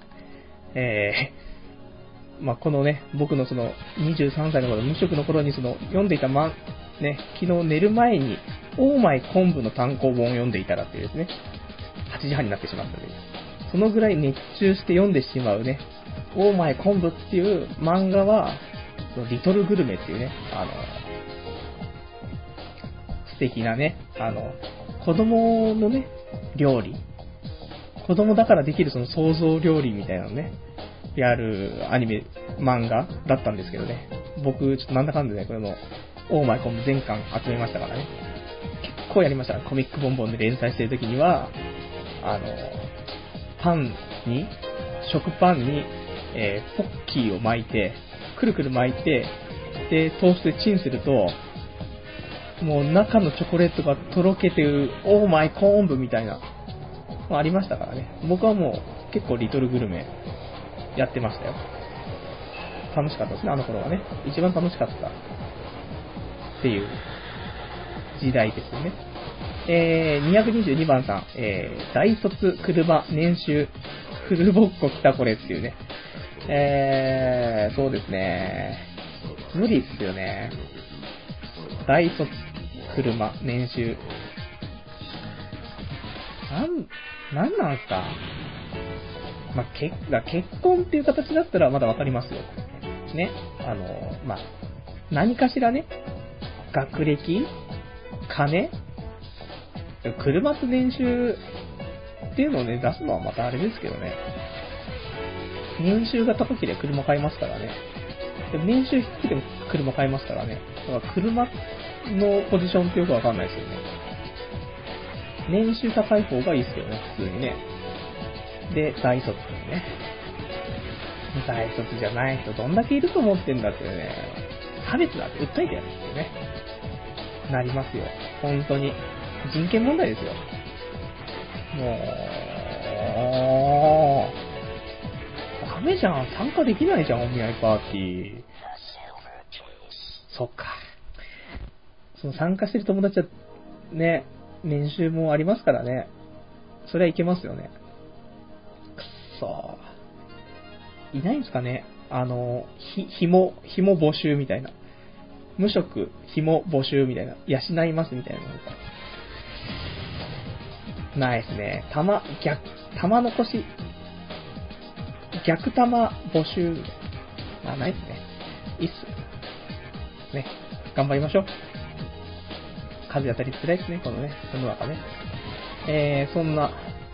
このね、僕のその23歳の頃、無職の頃に読んでいた昨日寝る前に、オーマイ昆布の単行本を読んでいたらっていうですね、8時半になってしまったという。そのぐらい熱中して読んでしまうね、オーマイ昆布っていう漫画は、リトルグルメっていうね、素敵なね、子供のね、料理。子供だからできるその想像料理みたいなのね、やるアニメ、漫画だったんですけどね。僕、ちょっとなんだかんだね、これの、オーマイコン全巻集めましたからね。結構やりました。コミックボンボンで連載してる時には、食パンに、ポッキーを巻いて、くるくる巻いて、 で、トーストでチンすると、もう中のチョコレートがとろけてる、オーマイコーンブみたいな、ありましたからね。僕はもう結構リトルグルメやってましたよ。楽しかったですね、あの頃はね。一番楽しかったっていう時代ですよね。222番さん、大卒車年収フルボッコ来たこれっていうね。そうですね。無理っすよね。大卒車年収。なんなんすか。まあ、結婚っていう形だったらまだわかりますよ。ね。まあ、何かしらね、学歴金車と年収っていうのをね、出すのはまたあれですけどね。年収が高ければ車買いますからね。でも年収低くても車買いますからね。だから車のポジションってよくわかんないですよね。年収高い方がいいですけどね、普通にね。で、大卒ね。大卒じゃない人どんだけいると思ってんだってね。差別だって訴えてやるってね。なりますよ。本当に。人権問題ですよ。もう、ダメじゃん。参加できないじゃん、お見合いパーティー。そっか。その参加してる友達は、ね、年収もありますからね。それはいけますよね。くっそー。いないんですかね。紐募集みたいな。無職、紐募集みたいな。養いますみたいなのか。ないですね。玉残し。逆玉募集。ないですね。いいっす。ね。頑張りましょう。風当たりつらいですね、このね、世の中ね。そんな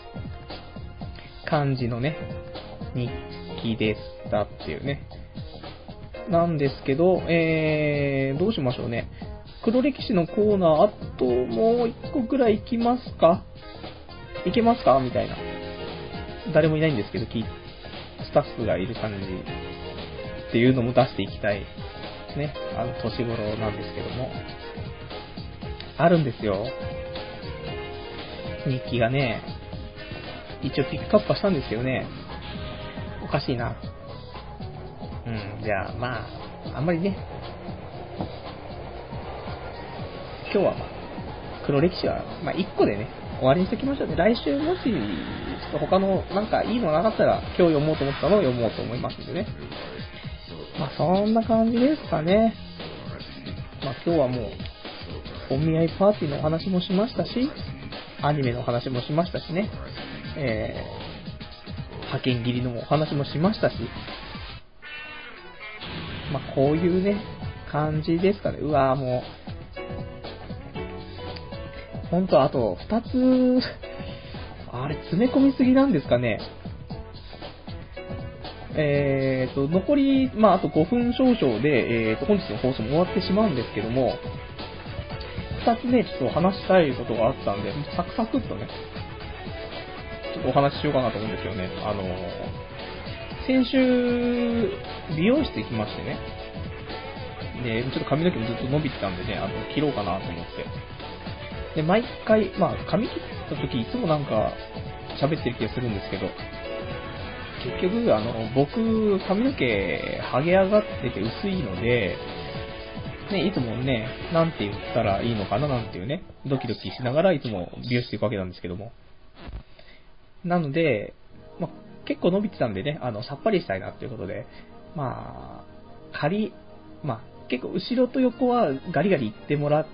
感じのね、日記でしたっていうね。なんですけど、どうしましょうね。黒歴史のコーナー、あともう一個くらい行きますか？いけますかみたいな。誰もいないんですけど、スタッフがいる感じっていうのも出していきたい。ね。年頃なんですけども。あるんですよ。日記がね、一応ピックアップしたんですけどね。おかしいな。じゃあまあ、あんまりね。今日はまあ、黒歴史は、まあ1個でね、終わりにしておきましょうね。来週もし、他のなんかいいのなかったら、今日読もうと思ったのを読もうと思いますんでね。まあそんな感じですかね。まあ今日はもう、お見合いパーティーのお話もしましたし、アニメのお話もしましたしね。派遣切りのお話もしましたし、まあこういうね、感じですかね。うわぁもう、ほんとあと2つ、あれ詰め込みすぎなんですかね。残り、まああと5分少々で、本日の放送も終わってしまうんですけども、2つね、ちょっと話したいことがあったんで、サクサクっとね、ちょっとお話ししようかなと思うんですよね。先週、美容室行きましてね。で、ちょっと髪の毛もずっと伸びてたんでね、切ろうかなと思って。で、毎回、まあ、髪切った時いつもなんか、喋ってる気がするんですけど、結局、僕、髪の毛、剥げ上がってて薄いので、ね、いつもね、なんて言ったらいいのかななんていうね、ドキドキしながらいつも美容室行くわけなんですけども。なので、まあ、結構伸びてたんでね、さっぱりしたいなっていうことで、まあ、まあ、結構後ろと横はガリガリ行ってもらって、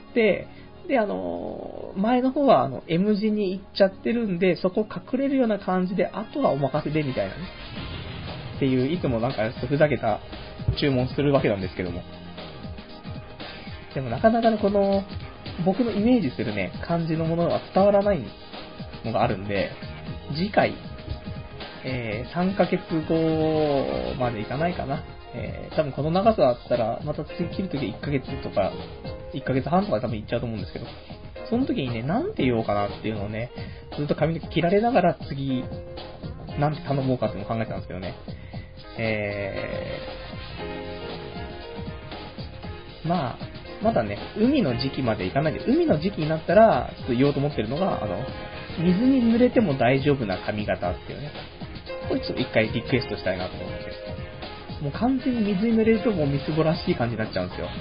で、前の方はM 字に行っちゃってるんで、そこ隠れるような感じで、あとはお任せでみたいなね。っていう、いつもなんかふざけた注文するわけなんですけども。でもなかなかね、この、僕のイメージするね、感じのものは伝わらないのがあるんで、次回、3ヶ月後までいかないかな。多分この長さだったら、また次切るとき1ヶ月とか、1ヶ月半とか多分いっちゃうと思うんですけど、その時にね、なんて言おうかなっていうのをね、ずっと髪の毛切られながら次、なんて頼もうかっていうのを考えてたんですけどね。 まあ、まだね、海の時期まで行かないで、海の時期になったら、ちょっと言おうと思ってるのが、水に濡れても大丈夫な髪型っていうね。これちょっと一回リクエストしたいなと思って。もう完全に水に濡れるともうみすぼらしい感じになっちゃうんですよ。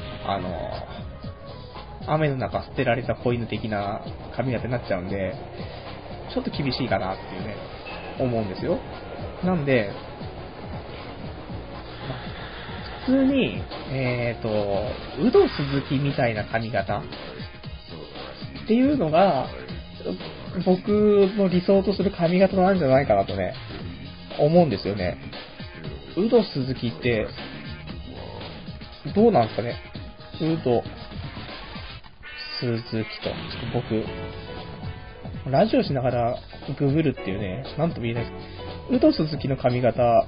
雨の中捨てられた子犬的な髪型になっちゃうんで、ちょっと厳しいかなっていうね、思うんですよ。なんで、普通に、ウド鈴木みたいな髪型っていうのが、僕の理想とする髪型なんじゃないかなとね、思うんですよね。ウド鈴木って、どうなんですかね。ウド鈴木と、僕、ラジオしながらググるっていうね、なんとも言えないです。ウド鈴木の髪型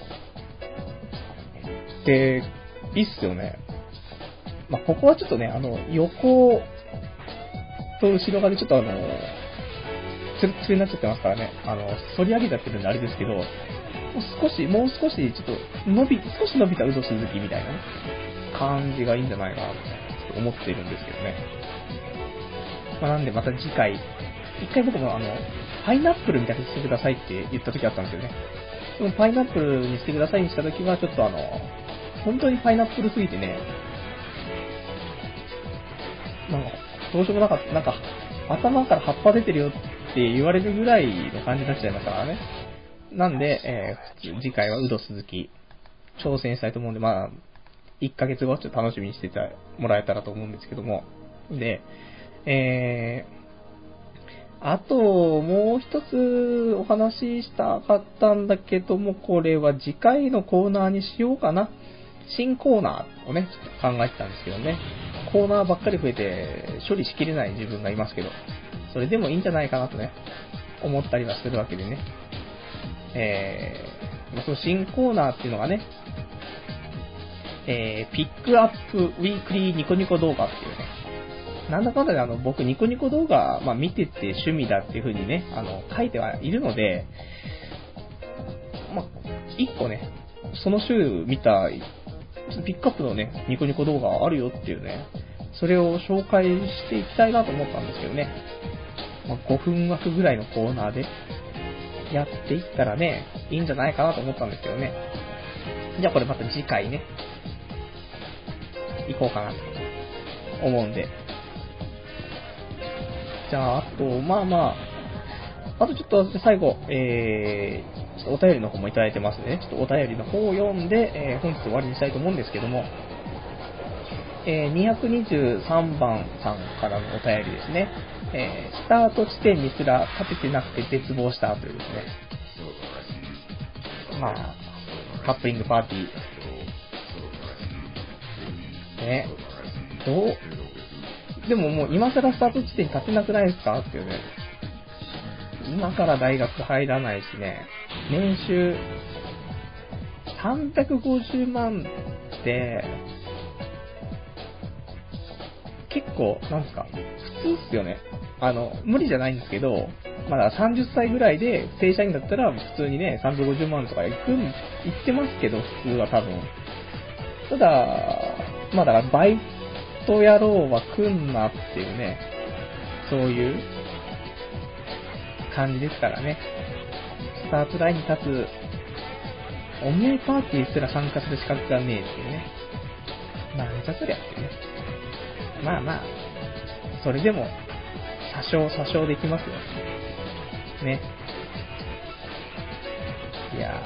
って、いいっすよね。まあ、ここはちょっとね、横と後ろ側でちょっとツルツルになっちゃってますからね。反り上げちゃってるんであれですけど、もう少しちょっと少し伸びたウド鈴木みたいなね、感じがいいんじゃないかなと思っているんですけどね。まあ、なんでまた次回、一回僕もパイナップルみたいにしてくださいって言った時あったんですよね。そのパイナップルにしてくださいにした時は、ちょっと本当にパイナップルすぎてね、なんか、どうしようもなかった、なんか、頭から葉っぱ出てるよって言われるぐらいの感じになっちゃいましたからね。なんで、次回はウド鈴木、挑戦したいと思うんで、まあ、1ヶ月後ちょっと楽しみにしてもらえたらと思うんですけども。で、あと、もう一つお話ししたかったんだけども、これは次回のコーナーにしようかな。新コーナーをね、ちょっと考えてたんですけどね。コーナーばっかり増えて処理しきれない自分がいますけど、それでもいいんじゃないかなとね、思ったりはするわけでね。その新コーナーっていうのがね、ピックアップウィークリーニコニコ動画っていうね、なんだかんだで僕ニコニコ動画、まあ、見てて趣味だっていう風にね、書いてはいるので、まあ、一個ね、その週見た、ピックアップのね、ニコニコ動画あるよっていうね、それを紹介していきたいなと思ったんですけどね、まあ、5分枠ぐらいのコーナーでやっていったらね、いいんじゃないかなと思ったんですけどね。じゃあこれまた次回ね、行こうかなと思うんで。じゃあ、あと、まあまあ、あとちょっと最後、ちょっとお便りの方もいただいてますので、ね、ちょっとお便りの方を読んで、本日終わりにしたいと思うんですけども、223番さんからのお便りですね。スタート地点にすら立ててなくて絶望したというですね。まあ、カップリングパーティー。ね。でももう今更スタート地点に立てなくないですかっていうね。今から大学入らないしね。年収350万って、結構、なんですか、普通っすよね。無理じゃないんですけど、まだ30歳ぐらいで正社員だったら普通にね、350万とか言ってますけど、普通は多分。ただ、まあだからバイト野郎は来んなっていうね、そういう感じですからね。スタートラインに立つ、お見合いパーティーすら参加する資格がねえっていうね。なんじゃそりゃってね。まあまあ、それでも、詐称できますよ。ね。いや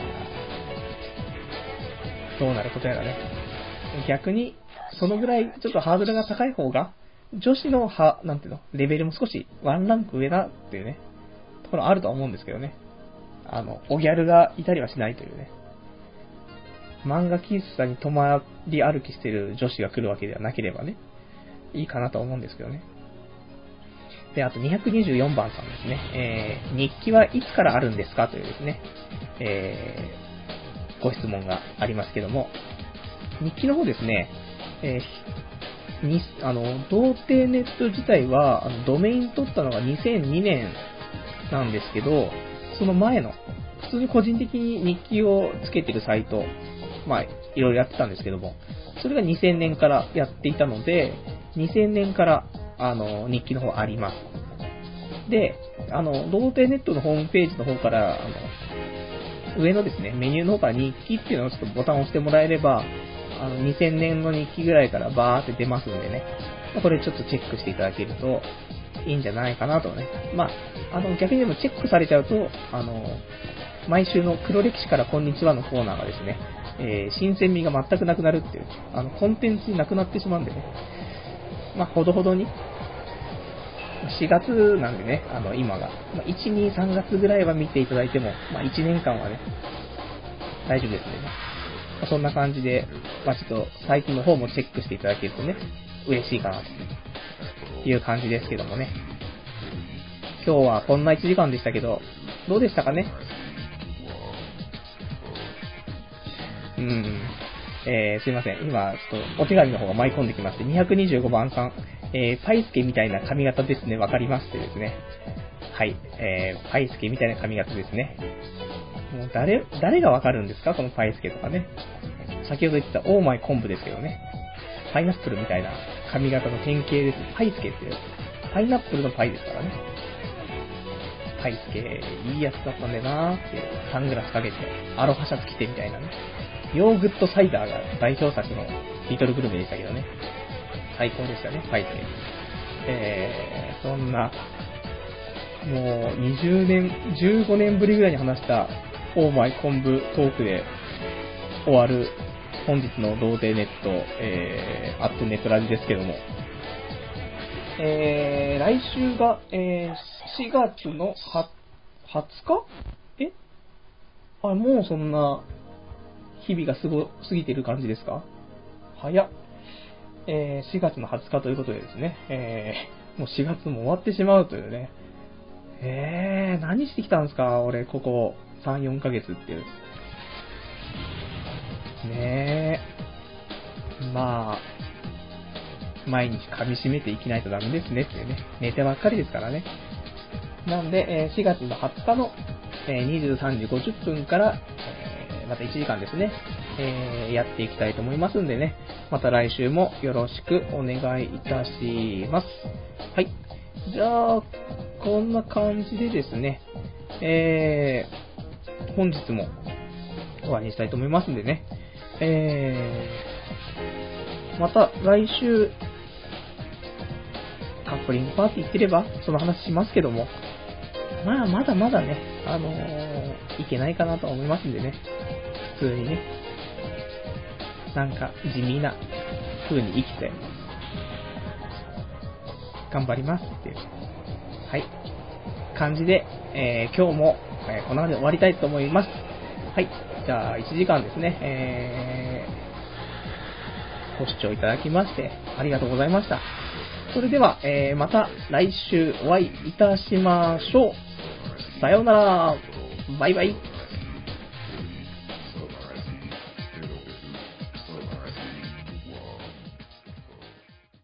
ー、どうなることやらね。逆に、そのぐらいちょっとハードルが高い方が、女子のなんていうの、レベルも少しワンランク上だっていうね、ところあるとは思うんですけどね。おギャルがいたりはしないというね。漫画喫茶に泊まり歩きしてる女子が来るわけではなければね、いいかなと思うんですけどね。で、あと224番さんですね。日記はいつからあるんですかというですね、ご質問がありますけども、日記の方ですね、童貞ネット自体は、ドメイン取ったのが2002年なんですけど、その前の、普通に個人的に日記をつけてるサイト、まあ、いろいろやってたんですけども、 それが2000年からやっていたので、2000年から、日記の方あります。で、童貞ネットのホームページの方から、上のですね、メニューの方から日記っていうのをちょっとボタンを押してもらえれば、2000年の日記ぐらいからバーって出ますんでね、これちょっとチェックしていただけるといいんじゃないかなとね。逆にでもチェックされちゃうと、毎週の黒歴史からこんにちはのコーナーがですね、新鮮味が全くなくなるっていう、コンテンツになくなってしまうんでね、ほどほどに、4月なんでね、今が、1、2、3月ぐらいは見ていただいても、1年間はね、大丈夫ですね。そんな感じで、ちょっとサイトの方もチェックしていただけるとね、嬉しいかなという感じですけどもね。今日はこんな1時間でしたけど、どうでしたかね。すいません。今、ちょっとお手紙の方が舞い込んできまして、225番さん、パイスケみたいな髪型ですね、わかりましてですね。はい、パイスケみたいな髪型ですね。もう誰がわかるんですかこのパイスケとかね。先ほど言ってたオーマイ昆布ですけどね。パイナップルみたいな髪型の典型です。パイスケっていう。パイナップルのパイですからね。パイスケ、いいやつだったんだよなーっていう。サングラスかけて、アロハシャツ着てみたいなね。ヨーグットサイダーが代表作のリトルグルメでしたけどね。最高でしたね、パイスケ。そんな、もう20年、15年ぶりぐらいに話したオーマイ昆布トークで終わる本日の童貞ネット、アットネットラジですけども、来週が、4月の20日？もうそんな日々が過ぎてる感じですか？早っ。4月の20日ということでですね、もう4月も終わってしまうというね。何してきたんですか俺、ここ3、4ヶ月っていう。ねえ。毎日噛み締めていきないとダメですねっていうね。寝てばっかりですからね。なんで、4月の20日の、23時50分から、また1時間ですね、やっていきたいと思いますんでね。また来週もよろしくお願いいたします。はい。じゃあ、こんな感じでですね、本日も終わりにしたいと思いますんでね。また来週、カップリングパーティー行ってれば、その話しますけども、まだまだね、いけないかなと思いますんでね、普通にね、なんか地味な風に生きて、頑張りますっていう、はい、感じで、今日も、こんな感じで終わりたいと思います。はい、じゃあ1時間ですね、ご視聴いただきましてありがとうございました。それでは、また来週お会いいたしましょう。さようなら。バイバイ。